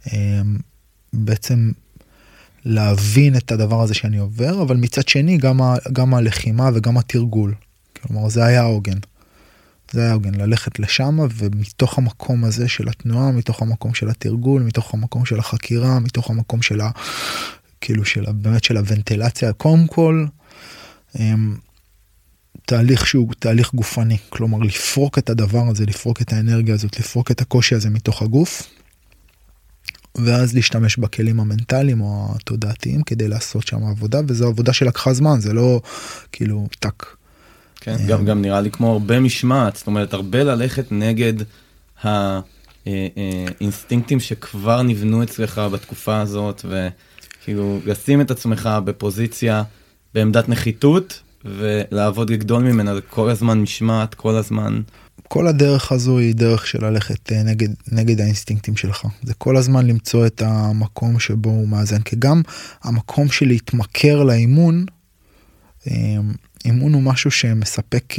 Speaker 3: בעצם להבין את הדבר הזה שאני עובר, אבל מצד שני, גם, ה, גם הלחימה וגם התרגול. כלומר, זה היה העוגן. זה היה העוגן, ללכת לשם, ומתוך המקום הזה של התנועה, מתוך המקום של התרגול, מתוך המקום של החקירה, מתוך המקום של ה... כאילו של, באמת של הוונטילציה, קודם כל, תהליך שהוא תהליך גופני, כלומר לפרוק את הדבר הזה, לפרוק את האנרגיה הזאת, לפרוק את הקושי הזה מתוך הגוף, ואז להשתמש בכלים המנטליים או התודעתיים כדי לעשות שם עבודה, וזו עבודה שלקחה זמן, זה לא כאילו טק.
Speaker 2: כן, גם, גם נראה לי כמו הרבה משמעת, זאת אומרת, הרבה ללכת נגד האינסטינקטים שכבר נבנו אצלך בתקופה הזאת, וכאילו לשים את עצמך בפוזיציה, בעמדת נחיתות, ולעבוד לגדול ממנה, זה כל הזמן משמעת, כל הזמן...
Speaker 3: כל הדרך הזו היא דרך של ללכת נגד, נגד האינסטינקטים שלך. זה כל הזמן למצוא את המקום שבו הוא מאזן, כי גם המקום של להתמכר לאימון, אימון הוא משהו שמספק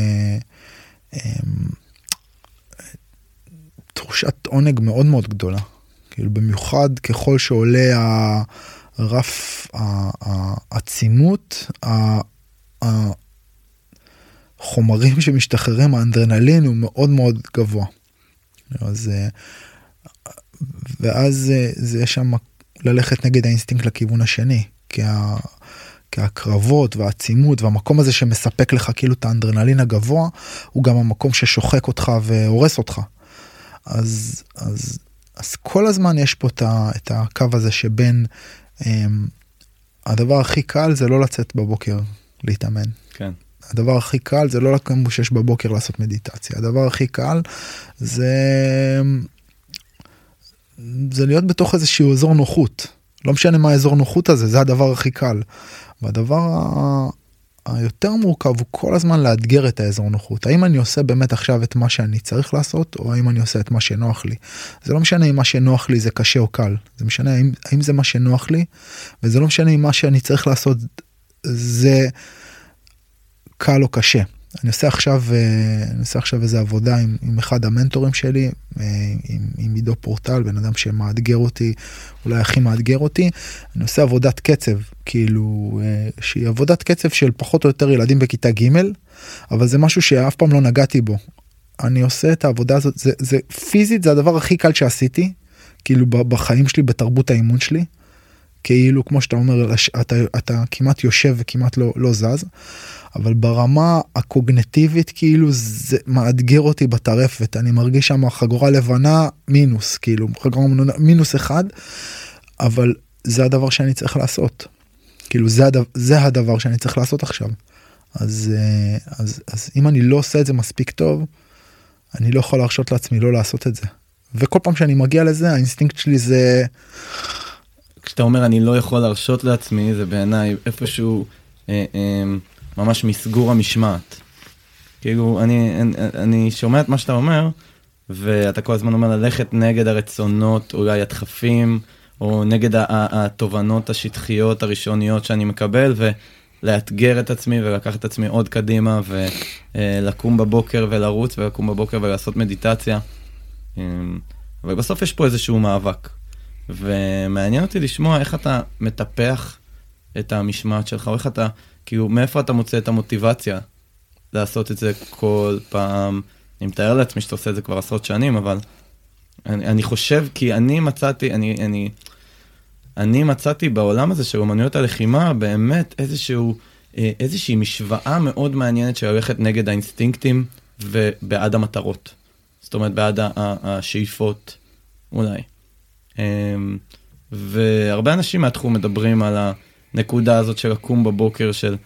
Speaker 3: תחושת עונג מאוד מאוד גדולה. כאילו במיוחד ככל שעולה הרף העצימות, החומרים שמשתחררים, האנדרנלין הוא מאוד מאוד גבוה. אז, ואז זה יש שם ללכת נגד האינסטינקט לכיוון השני, כי, ה, כי הקרבות והעצימות והמקום הזה שמספק לך כאילו את האנדרנלין הגבוה, הוא גם המקום ששוחק אותך והורס אותך. אז, אז, אז כל הזמן יש פה את הקו הזה שבין, הדבר הכי קל זה לא לצאת בבוקר להתאמן.
Speaker 2: כן.
Speaker 3: הדבר הכי קל זה לא לקום בשש בבוקר לעשות מדיטציה. הדבר הכי קל זה, זה להיות בתוך איזשהו אזור נוחות. לא משנה מה האזור נוחות הזה, זה הדבר הכי קל. והדבר ה... היותר מורכב הוא כל הזמן לאתגר את האזור נוחות. האם אני עושה באמת עכשיו את מה שאני צריך לעשות, או האם אני עושה את מה שנוח לי. זה לא משנה אם מה שנוח לי זה קשה או קל. זה משנה האם, האם זה מה שנוח לי, וזה לא משנה אם מה שאני צריך לעשות זה קל או קשה. אני עושה עכשיו, אני עושה עכשיו איזו עבודה עם, עם אחד המנטורים שלי, עם, עם עידו פורטל, בן אדם שמאתגר אותי, אולי הכי מאתגר אותי. אני עושה עבודת קצב, כאילו, שהיא עבודת קצב של פחות או יותר ילדים בכיתה ג', אבל זה משהו שאף פעם לא נגעתי בו. אני עושה את העבודה הזאת, זה, זה פיזית, זה הדבר הכי קל שעשיתי, כאילו בחיים שלי, בתרבות האימון שלי, כאילו, כמו שאתה אומר, אתה, אתה כמעט יושב וכמעט לא, לא זז, אבל ברמה הקוגנטיבית, כאילו, זה מאתגר אותי בטרפת, אני מרגיש שם חגורה לבנה מינוס, כאילו, חגורה מינוס אחד, אבל זה הדבר שאני צריך לעשות. כאילו, זה, הדבר, זה הדבר שאני צריך לעשות עכשיו. אז, אז, אז אם אני לא עושה את זה מספיק טוב, אני לא יכול להרשות לעצמי לא לעשות את זה. וכל פעם שאני מגיע לזה, האינסטינקט שלי זה...
Speaker 2: כשאתה אומר אני לא יכול להרשות לעצמי, זה בעיניי איפשהו אה, אה, ממש מסגור המשמעת. כאילו, אני, אני, אני שומע את מה שאתה אומר, ואתה כל הזמן אומר ללכת נגד הרצונות, אולי הדחפים, או נגד התובנות השטחיות הראשוניות שאני מקבל, ולאתגר את עצמי ולקחת את עצמי עוד קדימה, ולקום בבוקר ולרוץ, ולקום בבוקר ולעשות מדיטציה. אבל בסוף יש פה איזשהו מאבק. ומעניין אותי לשמוע איך אתה מטפח את המשמעת שלך, או איך אתה, כאילו, מאיפה אתה מוצא את המוטיבציה לעשות את זה כל פעם. אני מתאר לעצמי שאתה עושה את זה כבר עשרות שנים, אבל אני, אני חושב, כי אני מצאתי, אני, אני, אני מצאתי בעולם הזה של אומנויות הלחימה, באמת איזשהו, איזושהי משוואה מאוד מעניינת שהולכת נגד האינסטינקטים ובעד המטרות. זאת אומרת, בעד השאיפות, אולי. והרבה אנשים מהתחום מדברים על הנקודה הזאת של לקום בבוקר, של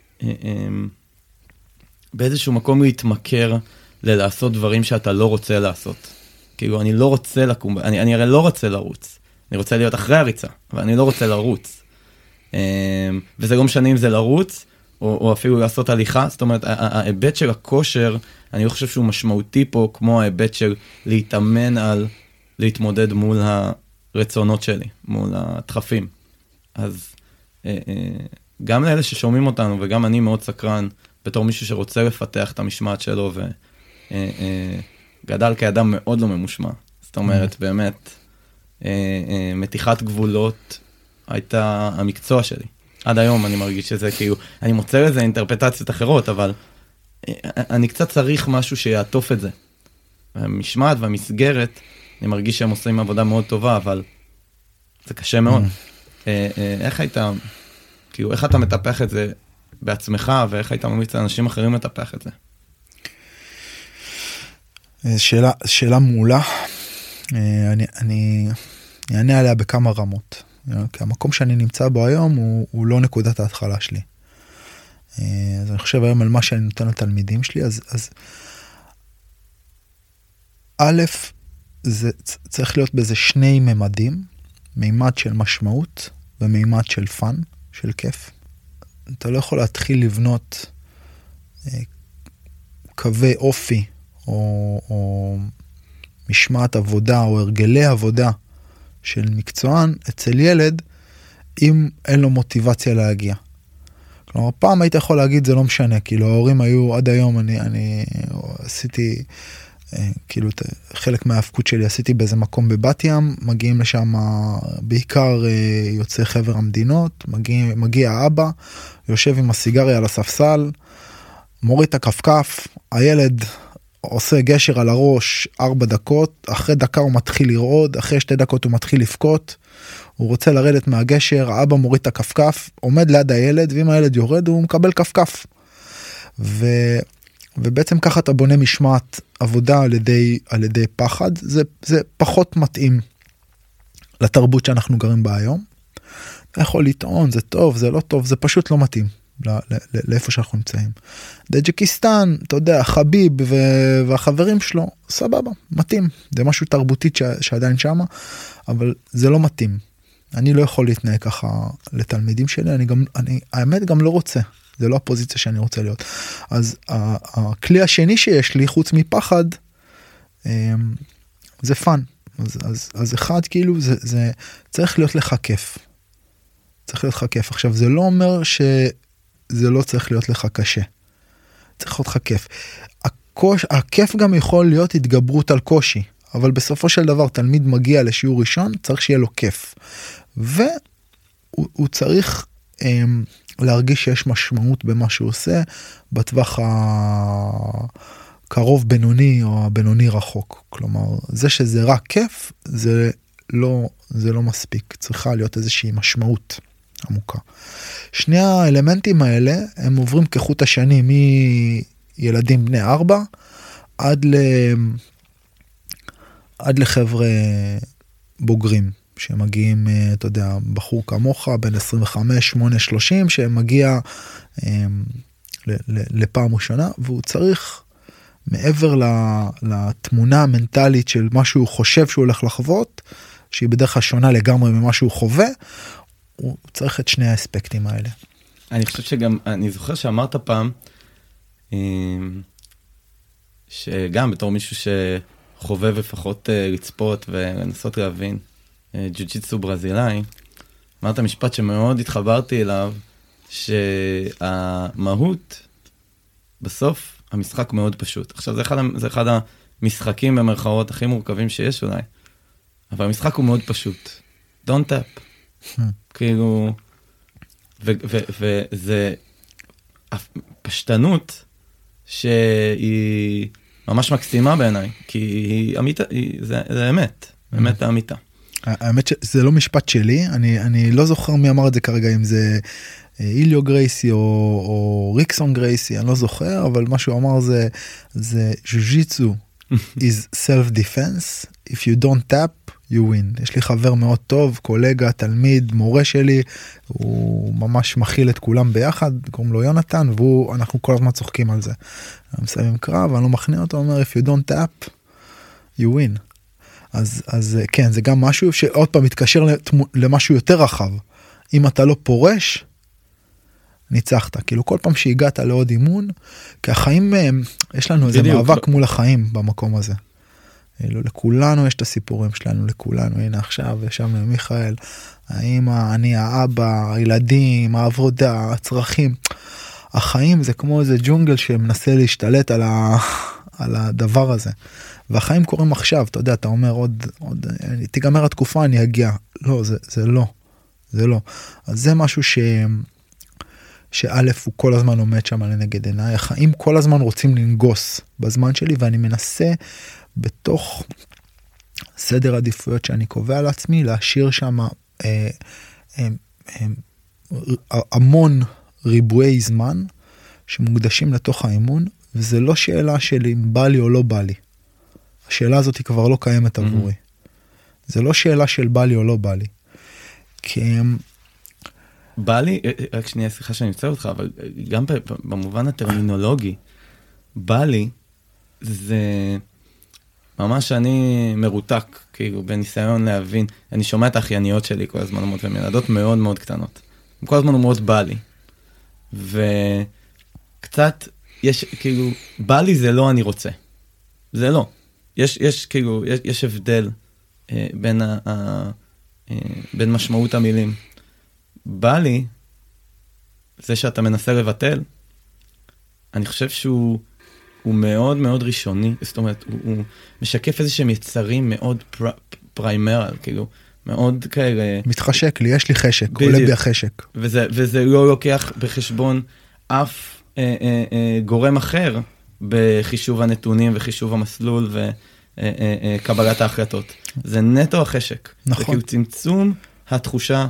Speaker 2: באיזשהו מקום להתמכר ללעשות דברים שאתה לא רוצה לעשות. כאילו, אני לא רוצה לקום, אני, אני הרי לא רוצה לרוץ. אני רוצה להיות אחרי הריצה, אבל אני לא רוצה לרוץ. וזה לא משנה אם זה לרוץ, או, או אפילו לעשות הליכה, זאת אומרת, ההיבט של הכושר, אני לא חושב שהוא משמעותי פה, כמו ההיבט של להתאמן על להתמודד מול הרצונות שלי, מול הדחפים. אז גם לאלה ששומעים אותנו, וגם אני מאוד סקרן, בתור מישהו שרוצה לפתח את המשמעת שלו, וגדל כאדם מאוד לא ממושמע. זאת אומרת, באמת, מתיחת גבולות הייתה המקצוע שלי. עד היום אני מרגיש שזה כאילו, אני מוצא לזה אינטרפטציות אחרות, אבל אני קצת צריך משהו שיעטוף את זה. המשמעת והמסגרת, אני מרגיש שהם עושים עבודה מאוד טובה, אבל זה קשה מאוד. איך היית, כאילו, איך אתה מטפח את זה בעצמך, ואיך היית ממליץ לאנשים אחרים לטפח את זה?
Speaker 3: שאלה, שאלה מעולה. אני, אני, אני אענה עליה בכמה רמות. כי המקום שאני נמצא בו היום הוא, הוא לא נקודת ההתחלה שלי. אז אני חושב היום על מה שאני נותן לתלמידים שלי, אז, אז א', זה צריך להיות באיזה שני ממדים, מימד של משמעות ומימד של פן, של כיף. אתה לא יכול להתחיל לבנות אה, קווי אופי או, או משמעת עבודה או הרגלי עבודה של מקצוען אצל ילד אם אין לו מוטיבציה להגיע. כלומר, פעם היית יכול להגיד זה לא משנה, כאילו ההורים היו עד היום, אני, אני עשיתי כאילו חלק מההפקות שלי עשיתי באיזה מקום בבת ים, מגיעים לשם בעיקר יוצאי חבר המדינות, מגיע, מגיע האבא, יושב עם הסיגריה על הספסל, מוריד את הכפכף, הילד עושה גשר על הראש ארבע דקות, אחרי דקה הוא מתחיל לרעוד, אחרי שתי דקות הוא מתחיל לבכות, הוא רוצה לרדת מהגשר, האבא מוריד את הכפכף, עומד ליד הילד, ואם הילד יורד הוא מקבל כפכף. ו... ובעצם ככה אתה בונה משמעת עבודה על ידי, על ידי פחד, זה, זה פחות מתאים לתרבות שאנחנו גרים בה היום. אתה יכול לטעון, זה טוב, זה לא טוב, זה פשוט לא מתאים לא, לא, לא, לאיפה שאנחנו נמצאים. דג'קיסטן, אתה יודע, חביב והחברים שלו, סבבה, מתאים. זה משהו תרבותית ש, שעדיין שמה, אבל זה לא מתאים. אני לא יכול להתנהג ככה לתלמידים שלי, אני גם, אני, האמת גם לא רוצה. זה לא הפוזיציה שאני רוצה להיות. אז הכלי השני שיש לי, חוץ מפחד, זה פן. אז, אז, אז אחד, כאילו, זה, זה צריך להיות לך כיף. צריך להיות לך כיף. עכשיו, זה לא אומר שזה לא צריך להיות לך קשה. צריך להיות לך כיף. הקוש, הכיף גם יכול להיות התגברות על קושי, אבל בסופו של דבר, תלמיד מגיע לשיעור ראשון, צריך שיהיה לו כיף. והוא הוא צריך להרגיש שיש משמעות במה שהוא עושה, בטווח הקרוב בינוני או הבינוני רחוק. כלומר, זה שזה רק כיף, זה לא, זה לא מספיק. צריכה להיות איזושהי משמעות עמוקה. שני האלמנטים האלה, הם עוברים כחוט השני מילדים בני ארבע, עד ל... עד לחבר'ה בוגרים. שמגיעים, אתה יודע, בחור כמוך, בין עשרים וחמש, שמונה, שלושים, שמגיע לפעם ראשונה, והוא צריך, מעבר לתמונה המנטלית של מה שהוא חושב שהוא הולך לחוות, שהיא בדרך כלל שונה לגמרי ממה שהוא חווה, הוא צריך את שני האספקטים האלה.
Speaker 2: אני חושב שגם, אני זוכר שאמרת פעם, שגם בתור מישהו שחובב לפחות לצפות ולנסות להבין, ג'ו-ג'יטסו ברזילאי, אמרת משפט שמאוד התחברתי אליו, שהמהות, בסוף, המשחק מאוד פשוט. עכשיו, זה אחד, זה אחד המשחקים במרכאות הכי מורכבים שיש אולי, אבל המשחק הוא מאוד פשוט. Don't tap. כאילו, וזה פשטנות שהיא ממש מקסימה בעיניי, כי היא אמיתה, זה אמת, אמת האמיתה.
Speaker 3: האמת שזה לא משפט שלי, אני, אני לא זוכר מי אמר את זה כרגע, אם זה איליו גרייסי או, או ריקסון גרייסי, אני לא זוכר, אבל מה שהוא אמר זה, זה Jiu-Jitsu is self-defense, if you don't tap, you win. יש לי חבר מאוד טוב, קולגה, תלמיד, מורה שלי, הוא ממש מכיל את כולם ביחד, קוראים לו יונתן, ואנחנו כל הזמן צוחקים על זה. אני מסיים קרב, אני לא מכניע אותו, אומר, if you don't tap, you win. אז, אז כן, זה גם משהו שעוד פעם מתקשר למשהו יותר רחב. אם אתה לא פורש, ניצחת. כאילו כל פעם שהגעת לעוד אימון, כי החיים, יש לנו איזה מאבק מול החיים במקום הזה. לכולנו יש את הסיפורים שלנו, לכולנו. הנה עכשיו, ישבנו עם מיכאל, האמא, אני, האבא, הילדים, העבודה, הצרכים. החיים זה כמו איזה ג'ונגל שמנסה להשתלט על, ה... על הדבר הזה. והחיים קורים עכשיו, אתה יודע, אתה אומר עוד, עוד תיגמר התקופה, אני אגיע. לא, זה, זה לא. זה לא. אז זה משהו ש... שא' הוא כל הזמן עומד שם לנגד עיניי. החיים כל הזמן רוצים לנגוס בזמן שלי, ואני מנסה בתוך סדר עדיפויות שאני קובע לעצמי, להשאיר שם אה, אה, אה, המון ריבועי זמן שמוקדשים לתוך האימון, וזה לא שאלה של אם בא לי או לא בא לי. השאלה הזאת היא כבר לא קיימת עבורי. זה לא שאלה של בא לי או לא בא לי. כי...
Speaker 2: בא לי, רק שנייה, סליחה שאני יוצא אותך, אבל גם במובן הטרמינולוגי, בא לי, זה ממש אני מרותק, כאילו, בניסיון להבין, אני שומע את האחייניות שלי כל הזמן אומרות, והן ילדות מאוד מאוד קטנות. הן כל הזמן אומרות, בא לי. וקצת, יש, כאילו, בא לי זה לא אני רוצה. זה לא. יש, יש, כאילו, יש, יש הבדל אה, בין, ה, ה, אה, בין משמעות המילים. בא לי, זה שאתה מנסה לבטל, אני חושב שהוא הוא מאוד מאוד ראשוני, זאת אומרת, הוא, הוא משקף איזה שהם יצרים מאוד פר, פריימרל, כאילו, מאוד כאלה...
Speaker 3: מתחשק לי, יש לי חשק, בדיוק. עולה בי החשק.
Speaker 2: וזה, וזה לא לוקח בחשבון אף אה, אה, אה, גורם אחר בחישוב הנתונים וחישוב המסלול וקבלת אה, אה, ההחלטות. זה נטו החשק.
Speaker 3: נכון.
Speaker 2: זה כאילו צמצום התחושה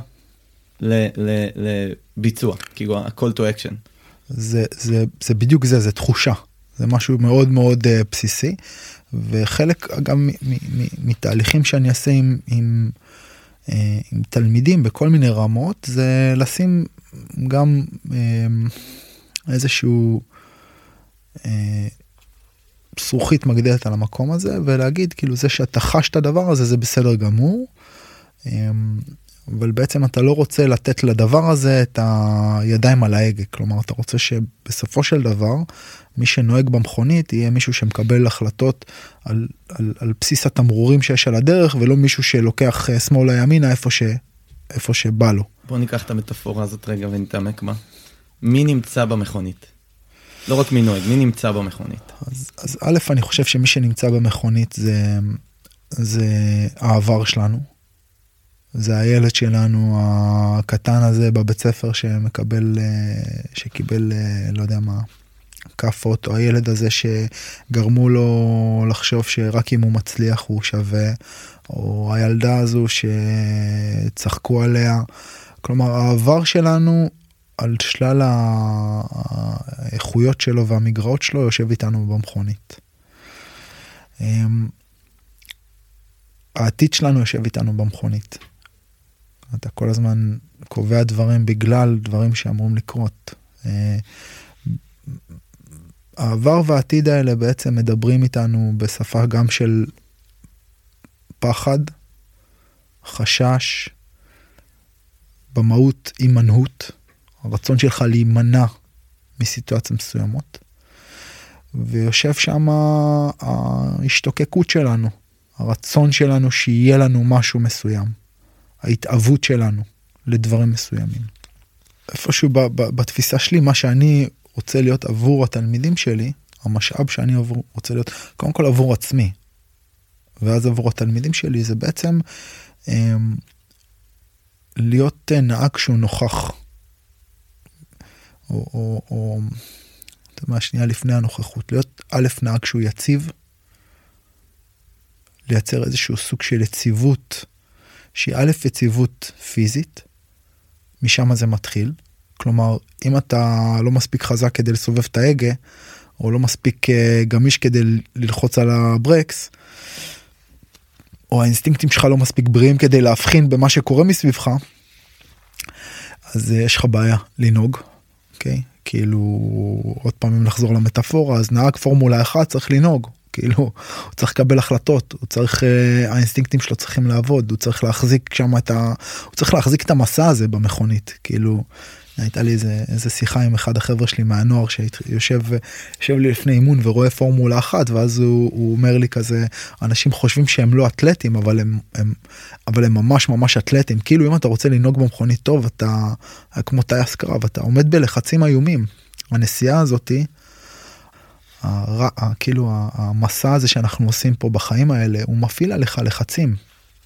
Speaker 2: לביצוע, כאילו ה-call to action.
Speaker 3: זה, זה, זה בדיוק זה, זה תחושה. זה משהו מאוד מאוד uh, בסיסי, וחלק גם מתהליכים שאני אעשה עם, עם, uh, עם תלמידים בכל מיני רמות, זה לשים גם uh, איזשהו uh, שרוכית מגדלת על המקום הזה, ולהגיד כאילו זה שאתה חש את הדבר הזה, זה בסדר גמור, um, אבל בעצם אתה לא רוצה לתת לדבר הזה את הידיים על ההגה, כלומר אתה רוצה שבסופו של דבר מי שנוהג במכונית יהיה מישהו שמקבל החלטות על, על, על בסיס התמרורים שיש על הדרך, ולא מישהו שלוקח שמאלה ימינה איפה, ש, איפה שבא לו.
Speaker 2: בוא ניקח את המטאפורה הזאת רגע ונתעמק בה. מי נמצא במכונית? לא רק מי נוהג, מי נמצא במכונית?
Speaker 3: אז, אז א', אני חושב שמי שנמצא במכונית זה, זה העבר שלנו. זה הילד שלנו הקטן הזה בבית ספר שמקבל, שקיבל, לא יודע מה, כפות, או הילד הזה שגרמו לו לחשוב שרק אם הוא מצליח הוא שווה, או הילדה הזו שצחקו עליה. כלומר, העבר שלנו על שלל האיכויות שלו והמגרעות שלו יושב איתנו במכונית. העתיד שלנו יושב איתנו במכונית. אתה כל הזמן קובע דברים בגלל דברים שאמורים לקרות. העבר והעתיד האלה בעצם מדברים איתנו בשפה גם של פחד, חשש, במהות הימנעות, הרצון שלך להימנע מסיטואציות מסוימות, ויושב שם ההשתוקקות שלנו, הרצון שלנו שיהיה לנו משהו מסוים, ההתאבות שלנו לדברים מסוימים. איפשהו ב- ב- בתפיסה שלי, מה שאני רוצה להיות עבור התלמידים שלי, המשאב שאני עבור, רוצה להיות, קודם כל עבור עצמי, ואז עבור התלמידים שלי, זה בעצם אה, להיות נהג שהוא נוכח, או, או, או אתה יודע, שנייה לפני הנוכחות, להיות א' נהג שהוא יציב, לייצר איזשהו סוג של יציבות, שהיא א' יציבות פיזית, משם זה מתחיל, כלומר, אם אתה לא מספיק חזק כדי לסובב את ההגה, או לא מספיק גמיש כדי ללחוץ על הברקס, או האינסטינקטים שלך לא מספיק בריאים כדי להבחין במה שקורה מסביבך, אז יש לך בעיה לנהוג, אוקיי? כאילו, עוד פעם אם נחזור למטאפורה, אז נהג פורמולה אחת צריך לנהוג, כאילו, הוא צריך לקבל החלטות, הוא צריך, האינסטינקטים שלו צריכים לעבוד, הוא צריך להחזיק שם את ה... הוא צריך להחזיק את המסע הזה במכונית, כאילו, הייתה לי איזה, איזה שיחה עם אחד החבר'ה שלי מהנוער, שיושב יושב לי לפני אימון ורואה פורמולה אחת, ואז הוא, הוא אומר לי כזה, אנשים חושבים שהם לא אתלטים, אבל הם, הם, אבל הם ממש ממש אתלטים, כאילו אם אתה רוצה לנהוג במכונית טוב, אתה כמו טייס קרב, אתה עומד בלחצים איומים, הנסיעה הזאתי, הר... כאילו המסע הזה שאנחנו עושים פה בחיים האלה, הוא מפעיל עליך לחצים,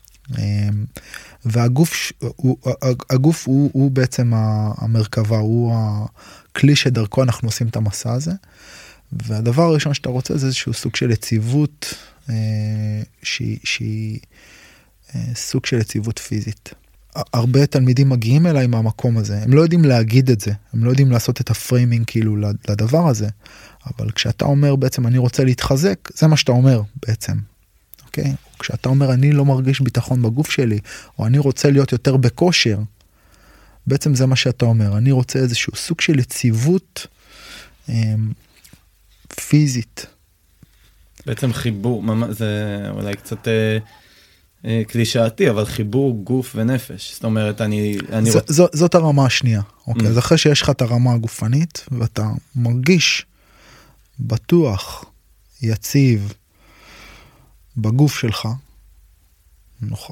Speaker 3: והגוף הוא, הגוף הוא, הוא בעצם המרכבה, הוא הכלי שדרכו אנחנו עושים את המסע הזה, והדבר הראשון שאתה רוצה זה איזשהו סוג של יציבות, שהיא, שהיא סוג של יציבות פיזית. הרבה תלמידים מגיעים אליי מהמקום הזה, הם לא יודעים להגיד את זה, הם לא יודעים לעשות את הפריימינג כאילו לדבר הזה, אבל כשאתה אומר בעצם אני רוצה להתחזק, זה מה שאתה אומר בעצם. אוקיי? כשאתה אומר אני לא מרגיש ביטחון בגוף שלי, או אני רוצה להיות יותר בכושר, בעצם זה מה שאתה אומר, אני רוצה איזשהו סוג של יציבות אה, פיזית.
Speaker 2: בעצם חיבור, זה אולי קצת אה, אה, קלישאתי, אבל חיבור גוף ונפש. זאת אומרת, אני... אני
Speaker 3: ז,
Speaker 2: רוצ...
Speaker 3: ז, זאת הרמה השנייה. אוקיי? Mm. אז אחרי שיש לך את הרמה הגופנית, ואתה מרגיש בטוח, יציב, בגוף שלך, נכון.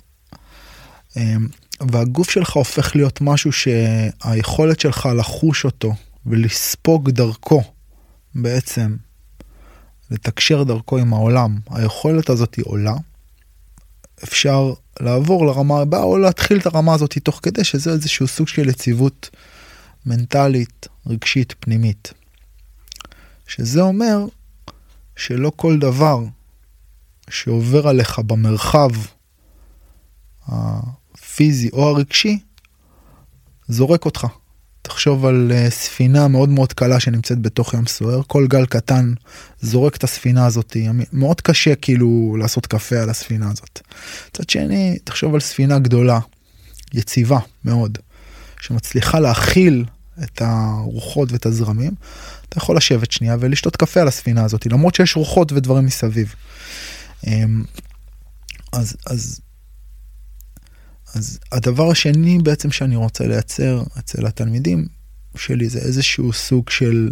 Speaker 3: והגוף שלך הופך להיות משהו שהיכולת שלך לחוש אותו ולספוג דרכו בעצם, לתקשר דרכו עם העולם, היכולת הזאת היא עולה, אפשר לעבור לרמה הבאה או להתחיל את הרמה הזאת תוך כדי שזה איזשהו סוג של יציבות מנטלית, רגשית, פנימית. שזה אומר שלא כל דבר שעובר עליך במרחב הפיזי או הרגשי, זורק אותך. תחשוב על ספינה מאוד מאוד קלה שנמצאת בתוך ים סוער, כל גל קטן זורק את הספינה הזאת, מאוד קשה כאילו לעשות קפה על הספינה הזאת. מצד שני, תחשוב על ספינה גדולה, יציבה מאוד, שמצליחה להכיל את הרוחות ואת הזרמים, אתה יכול לשבת שנייה ולשתות קפה על הספינה הזאת, למרות שיש רוחות ודברים מסביב. אז, אז, אז הדבר השני בעצם שאני רוצה לייצר אצל התלמידים שלי זה איזשהו סוג של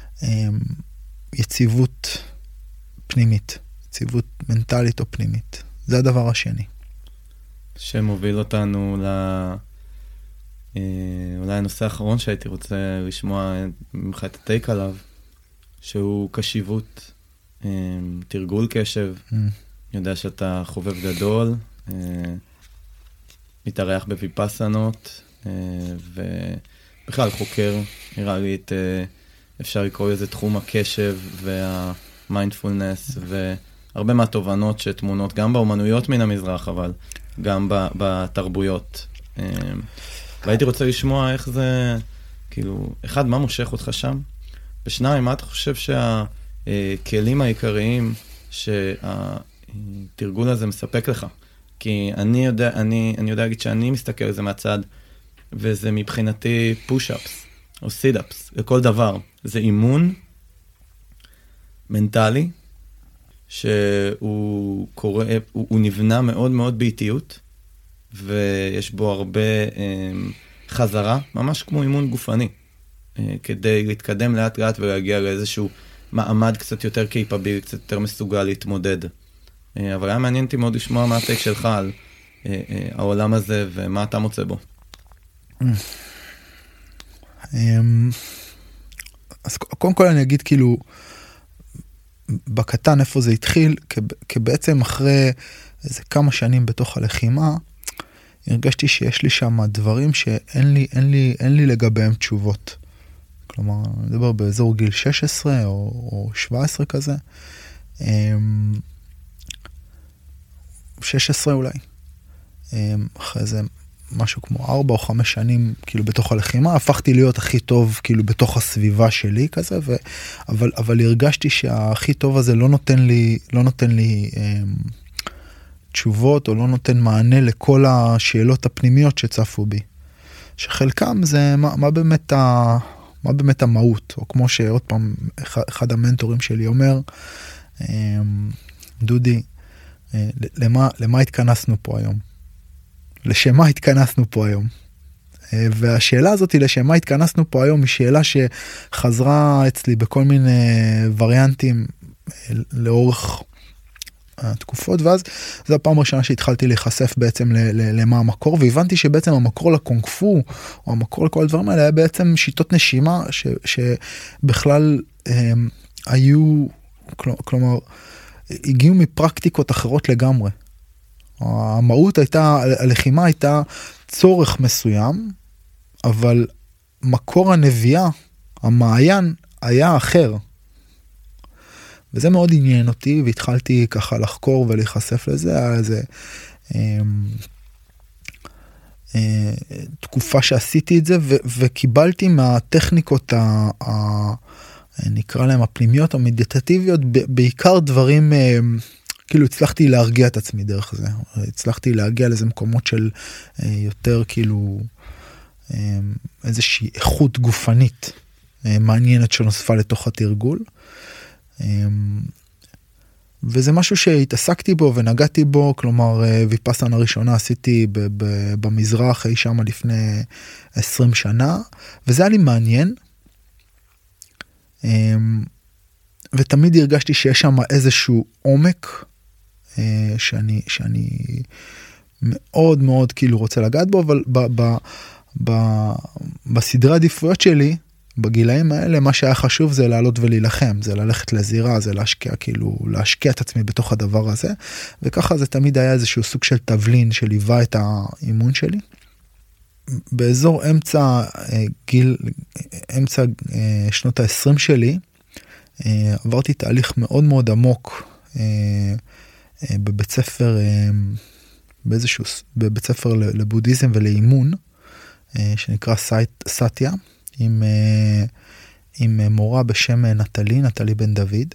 Speaker 3: יציבות פנימית, יציבות מנטלית או פנימית. זה הדבר השני.
Speaker 2: שמוביל אותנו ל... אולי הנושא האחרון שהייתי רוצה לשמוע ממך את הטייק עליו, שהוא קשיבות, תרגול קשב. Mm. אני יודע שאתה חובב גדול, מתארח בויפאסנות, ובכלל חוקר, נראה לי את, אפשר לקרוא לזה תחום הקשב והמיינדפולנס, והרבה מהתובנות שתמונות גם באומנויות מן המזרח, אבל גם בתרבויות. והייתי רוצה לשמוע איך זה, כאילו, אחד, מה מושך אותך שם? ושניים, מה אתה חושב שהכלים העיקריים שהתרגול הזה מספק לך? כי אני יודע, אני, אני יודע להגיד שאני מסתכל על זה מהצד, וזה מבחינתי פוש-אפס, או סיט-אפס, לכל דבר. זה אימון מנטלי, שהוא קורא, הוא, הוא נבנה מאוד מאוד באיטיות, ויש בו הרבה אה, חזרה, ממש כמו אימון גופני, אה, כדי להתקדם לאט לאט ולהגיע לאיזשהו מעמד קצת יותר קייפבילי, קצת יותר מסוגל להתמודד. אה, אבל היה מעניין אותי מאוד לשמוע מה הטייק שלך על אה, אה, העולם הזה ומה אתה מוצא בו.
Speaker 3: אז קודם כל אני אגיד כאילו, בקטן איפה זה התחיל, כי בעצם אחרי איזה כמה שנים בתוך הלחימה, הרגשתי שיש לי שם דברים שאין לי, אין לי, אין לי לגביהם תשובות. כלומר, אני מדבר באזור גיל שש עשרה או, או שבע עשרה כזה. שש עשרה אולי. אחרי זה משהו כמו ארבע או חמש שנים כאילו בתוך הלחימה, הפכתי להיות הכי טוב כאילו בתוך הסביבה שלי כזה, ו... אבל, אבל הרגשתי שהכי טוב הזה לא נותן לי, לא נותן לי אמ, תשובות, או לא נותן מענה לכל השאלות הפנימיות שצפו בי. שחלקם זה מה, מה באמת ה... מה באמת המהות, או כמו שעוד פעם אחד המנטורים שלי אומר, דודי, למה, למה התכנסנו פה היום? לשמה התכנסנו פה היום? והשאלה הזאת לשמה התכנסנו פה היום היא שאלה שחזרה אצלי בכל מיני וריאנטים לאורך התקופות, ואז זו הפעם הראשונה שהתחלתי להיחשף בעצם למה המקור, והבנתי שבעצם המקור לקונג-פו, או המקור לכל הדברים האלה, היה בעצם שיטות נשימה, ש, שבכלל הם, היו, כלומר, הגיעו מפרקטיקות אחרות לגמרי. המהות הייתה, הלחימה הייתה צורך מסוים, אבל מקור הנביאה, המעיין, היה אחר. וזה מאוד עניין אותי, והתחלתי ככה לחקור ולהיחשף לזה, היה איזה אה, אה, תקופה שעשיתי את זה, ו- וקיבלתי מהטכניקות, ה- ה- נקרא להם הפנימיות, המדיטטיביות, ב- בעיקר דברים, אה, כאילו הצלחתי להרגיע את עצמי דרך זה, הצלחתי להגיע לאיזה מקומות של אה, יותר כאילו, אה, איזושהי איכות גופנית, אה, מעניינת שנוספה לתוך התרגול, וזה משהו שהתעסקתי בו ונגעתי בו, כלומר ויפאסנה הראשונה עשיתי ב- ב- במזרח אי שם לפני עשרים שנה, וזה היה לי מעניין, ותמיד הרגשתי שיש שם איזשהו עומק שאני, שאני מאוד מאוד כאילו רוצה לגעת בו, אבל ב- ב- ב- בסדרי עדיפויות שלי בגילאים האלה, מה שהיה חשוב זה לעלות ולהילחם, זה ללכת לזירה, זה להשקיע, כאילו, להשקיע את עצמי בתוך הדבר הזה, וככה זה תמיד היה איזשהו סוג של תבלין שליווה את האימון שלי. באזור אמצע גיל, אמצע שנות ה-עשרים שלי, עברתי תהליך מאוד מאוד עמוק בבית ספר, באיזשהו, בבית ספר לבודהיזם ולאימון, שנקרא סאטיה, עם, עם מורה בשם נטלי, נטלי בן דוד.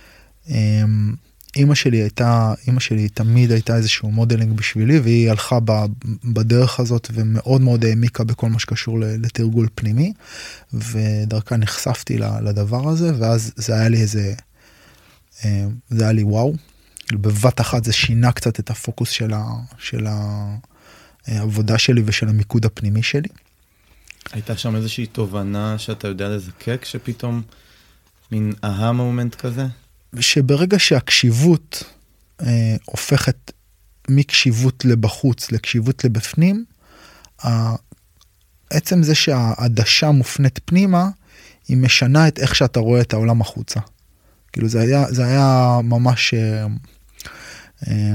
Speaker 3: אמא שלי הייתה, אמא שלי תמיד הייתה איזשהו מודלינג בשבילי, והיא הלכה בדרך הזאת ומאוד מאוד העמיקה בכל מה שקשור לתרגול פנימי, ודרכה נחשפתי לדבר הזה, ואז זה היה לי איזה, זה היה לי וואו, בבת אחת זה שינה קצת את הפוקוס של, ה, של העבודה שלי ושל המיקוד הפנימי שלי.
Speaker 2: הייתה שם איזושהי תובנה שאתה יודע לזקק, שפתאום מין אהה מומנט כזה?
Speaker 3: שברגע שהקשיבות אה, הופכת מקשיבות לבחוץ לקשיבות לבפנים, אה, עצם זה שהעדשה מופנית פנימה, היא משנה את איך שאתה רואה את העולם החוצה. כאילו זה היה, זה היה ממש... אה, אה,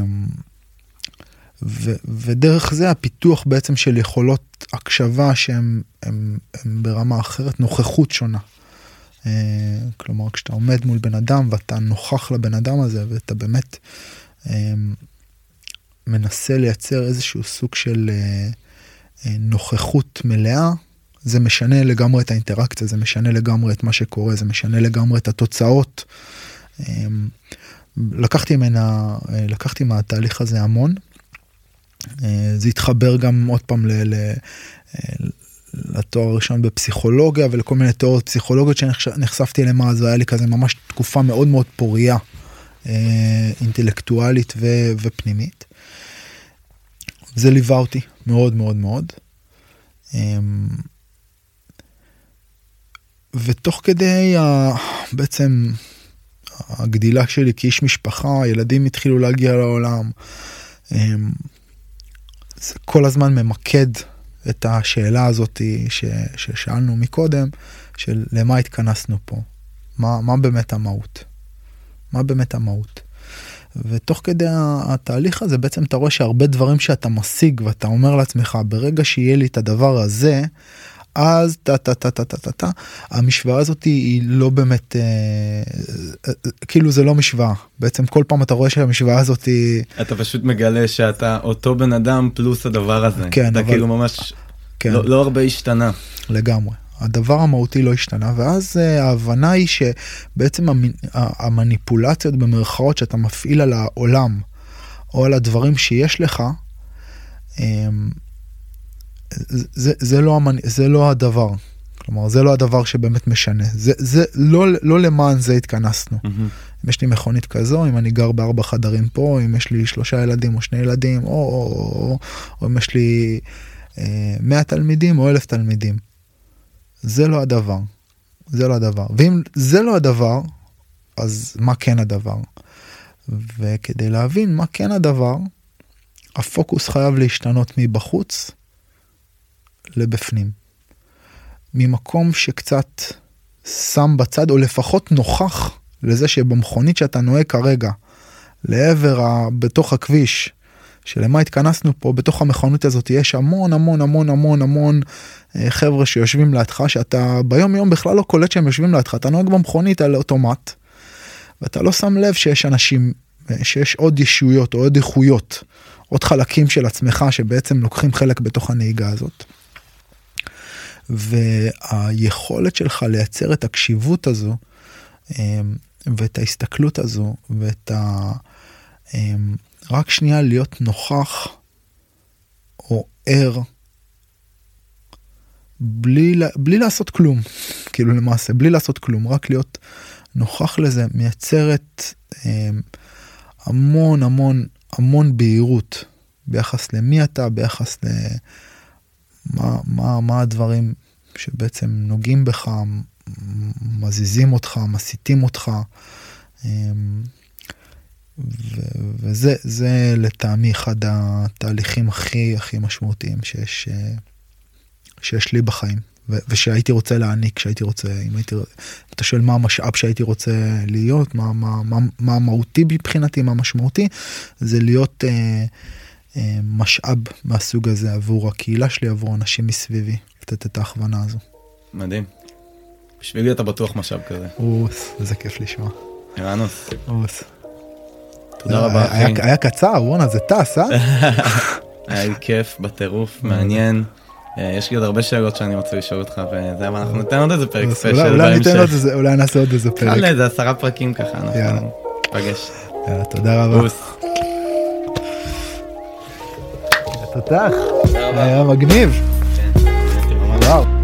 Speaker 3: ו, ודרך זה הפיתוח בעצם של יכולות הקשבה שהן הם, הם ברמה אחרת, נוכחות שונה. כלומר, כשאתה עומד מול בן אדם ואתה נוכח לבן אדם הזה, ואתה באמת מנסה לייצר איזשהו סוג של נוכחות מלאה, זה משנה לגמרי את האינטראקציה, זה משנה לגמרי את מה שקורה, זה משנה לגמרי את התוצאות. לקחתי ממנה, לקחתי מהתהליך הזה המון. זה התחבר גם עוד פעם ל... ל לתואר הראשון בפסיכולוגיה ולכל מיני תיאוריות פסיכולוגיות שנחשפתי למה, אז היה לי כזה ממש תקופה מאוד מאוד פוריה, אינטלקטואלית ו- ופנימית. זה ליווה אותי מאוד מאוד מאוד. ותוך כדי בעצם הגדילה שלי כאיש משפחה, ילדים התחילו להגיע לעולם, זה כל הזמן ממקד את השאלה הזאת ש, ששאלנו מקודם, של למה התכנסנו פה? מה, מה באמת המהות? מה באמת המהות? ותוך כדי התהליך הזה, בעצם אתה רואה שהרבה דברים שאתה משיג, ואתה אומר לעצמך, ברגע שיהיה לי את הדבר הזה, אז טה טה טה טה טה טה, המשוואה הזאת היא לא באמת, אה, כאילו זה לא משוואה. בעצם כל פעם אתה רואה שהמשוואה הזאת היא...
Speaker 2: אתה פשוט מגלה שאתה אותו בן אדם פלוס הדבר הזה.
Speaker 3: כן,
Speaker 2: אתה
Speaker 3: אבל...
Speaker 2: כאילו ממש,
Speaker 3: כן.
Speaker 2: לא, לא הרבה השתנה.
Speaker 3: לגמרי. הדבר המהותי לא השתנה, ואז ההבנה היא שבעצם המניפולציות במרכאות שאתה מפעיל על העולם, או על הדברים שיש לך, זה, זה, לא, זה לא הדבר. כלומר, זה לא הדבר שבאמת משנה. זה, זה לא, לא למען זה התכנסנו. אם יש לי מכונית כזו, אם אני גר בארבע חדרים פה, אם יש לי שלושה ילדים או שני ילדים, או, או, או, או אם יש לי אה, מאה תלמידים או אלף תלמידים. זה לא הדבר. זה לא הדבר. ואם זה לא הדבר, אז מה כן הדבר? וכדי להבין מה כן הדבר, הפוקוס חייב להשתנות מבחוץ לבפנים. ממקום שקצת שם בצד, או לפחות נוכח לזה שבמכונית שאתה נוהג כרגע, לעבר ה... בתוך הכביש, שלמה התכנסנו פה, בתוך המכונית הזאת, יש המון המון המון המון המון חבר'ה שיושבים לידך, שאתה ביום יום בכלל לא קולט שהם יושבים לידך, אתה נוהג במכונית על אוטומט, ואתה לא שם לב שיש אנשים, שיש עוד ישויות או עוד איכויות, עוד חלקים של עצמך שבעצם לוקחים חלק בתוך הנהיגה הזאת. והיכולת שלך לייצר את הקשיבות הזו, ואת ההסתכלות הזו, ואת ה... רק שנייה להיות נוכח, או ער, בלי, בלי לעשות כלום, כאילו למעשה, בלי לעשות כלום, רק להיות נוכח לזה, מייצרת המון המון המון בהירות, ביחס למי אתה, ביחס למה מה, מה הדברים שבעצם נוגעים בך, מזיזים אותך, מסיתים אותך, וזה זה לטעמי אחד התהליכים הכי הכי משמעותיים שיש שיש לי בחיים, ושהייתי רוצה להעניק, שהייתי רוצה, אם הייתי, אתה שואל מה המשאב שהייתי רוצה להיות, מה מה מה מה מהותי מבחינתי, מה משמעותי, זה להיות אה, אה, משאב מהסוג הזה עבור הקהילה שלי, עבור אנשים מסביבי, לתת את ההכוונה הזו.
Speaker 2: מדהים. בשבילי אתה בטוח משאב כזה.
Speaker 3: אוס, זה כיף לשמוע.
Speaker 2: ערנוס.
Speaker 3: אוס.
Speaker 2: תודה רבה, אחי.
Speaker 3: היה, היה קצר, וואנה, זה טס, אה?
Speaker 2: היה לי כיף, בטירוף, מעניין. יש לי עוד הרבה שאלות שאני רוצה לשאול אותך, וזה, אבל אנחנו ניתן עוד איזה פרק ספיישל בהמשך.
Speaker 3: אולי נעשה עוד איזה פרק.
Speaker 2: נעלה איזה עשרה פרקים ככה, אנחנו נפגש.
Speaker 3: תודה רבה.
Speaker 2: בוס.
Speaker 3: תותח. היה מגניב.
Speaker 2: כן,
Speaker 3: וואו.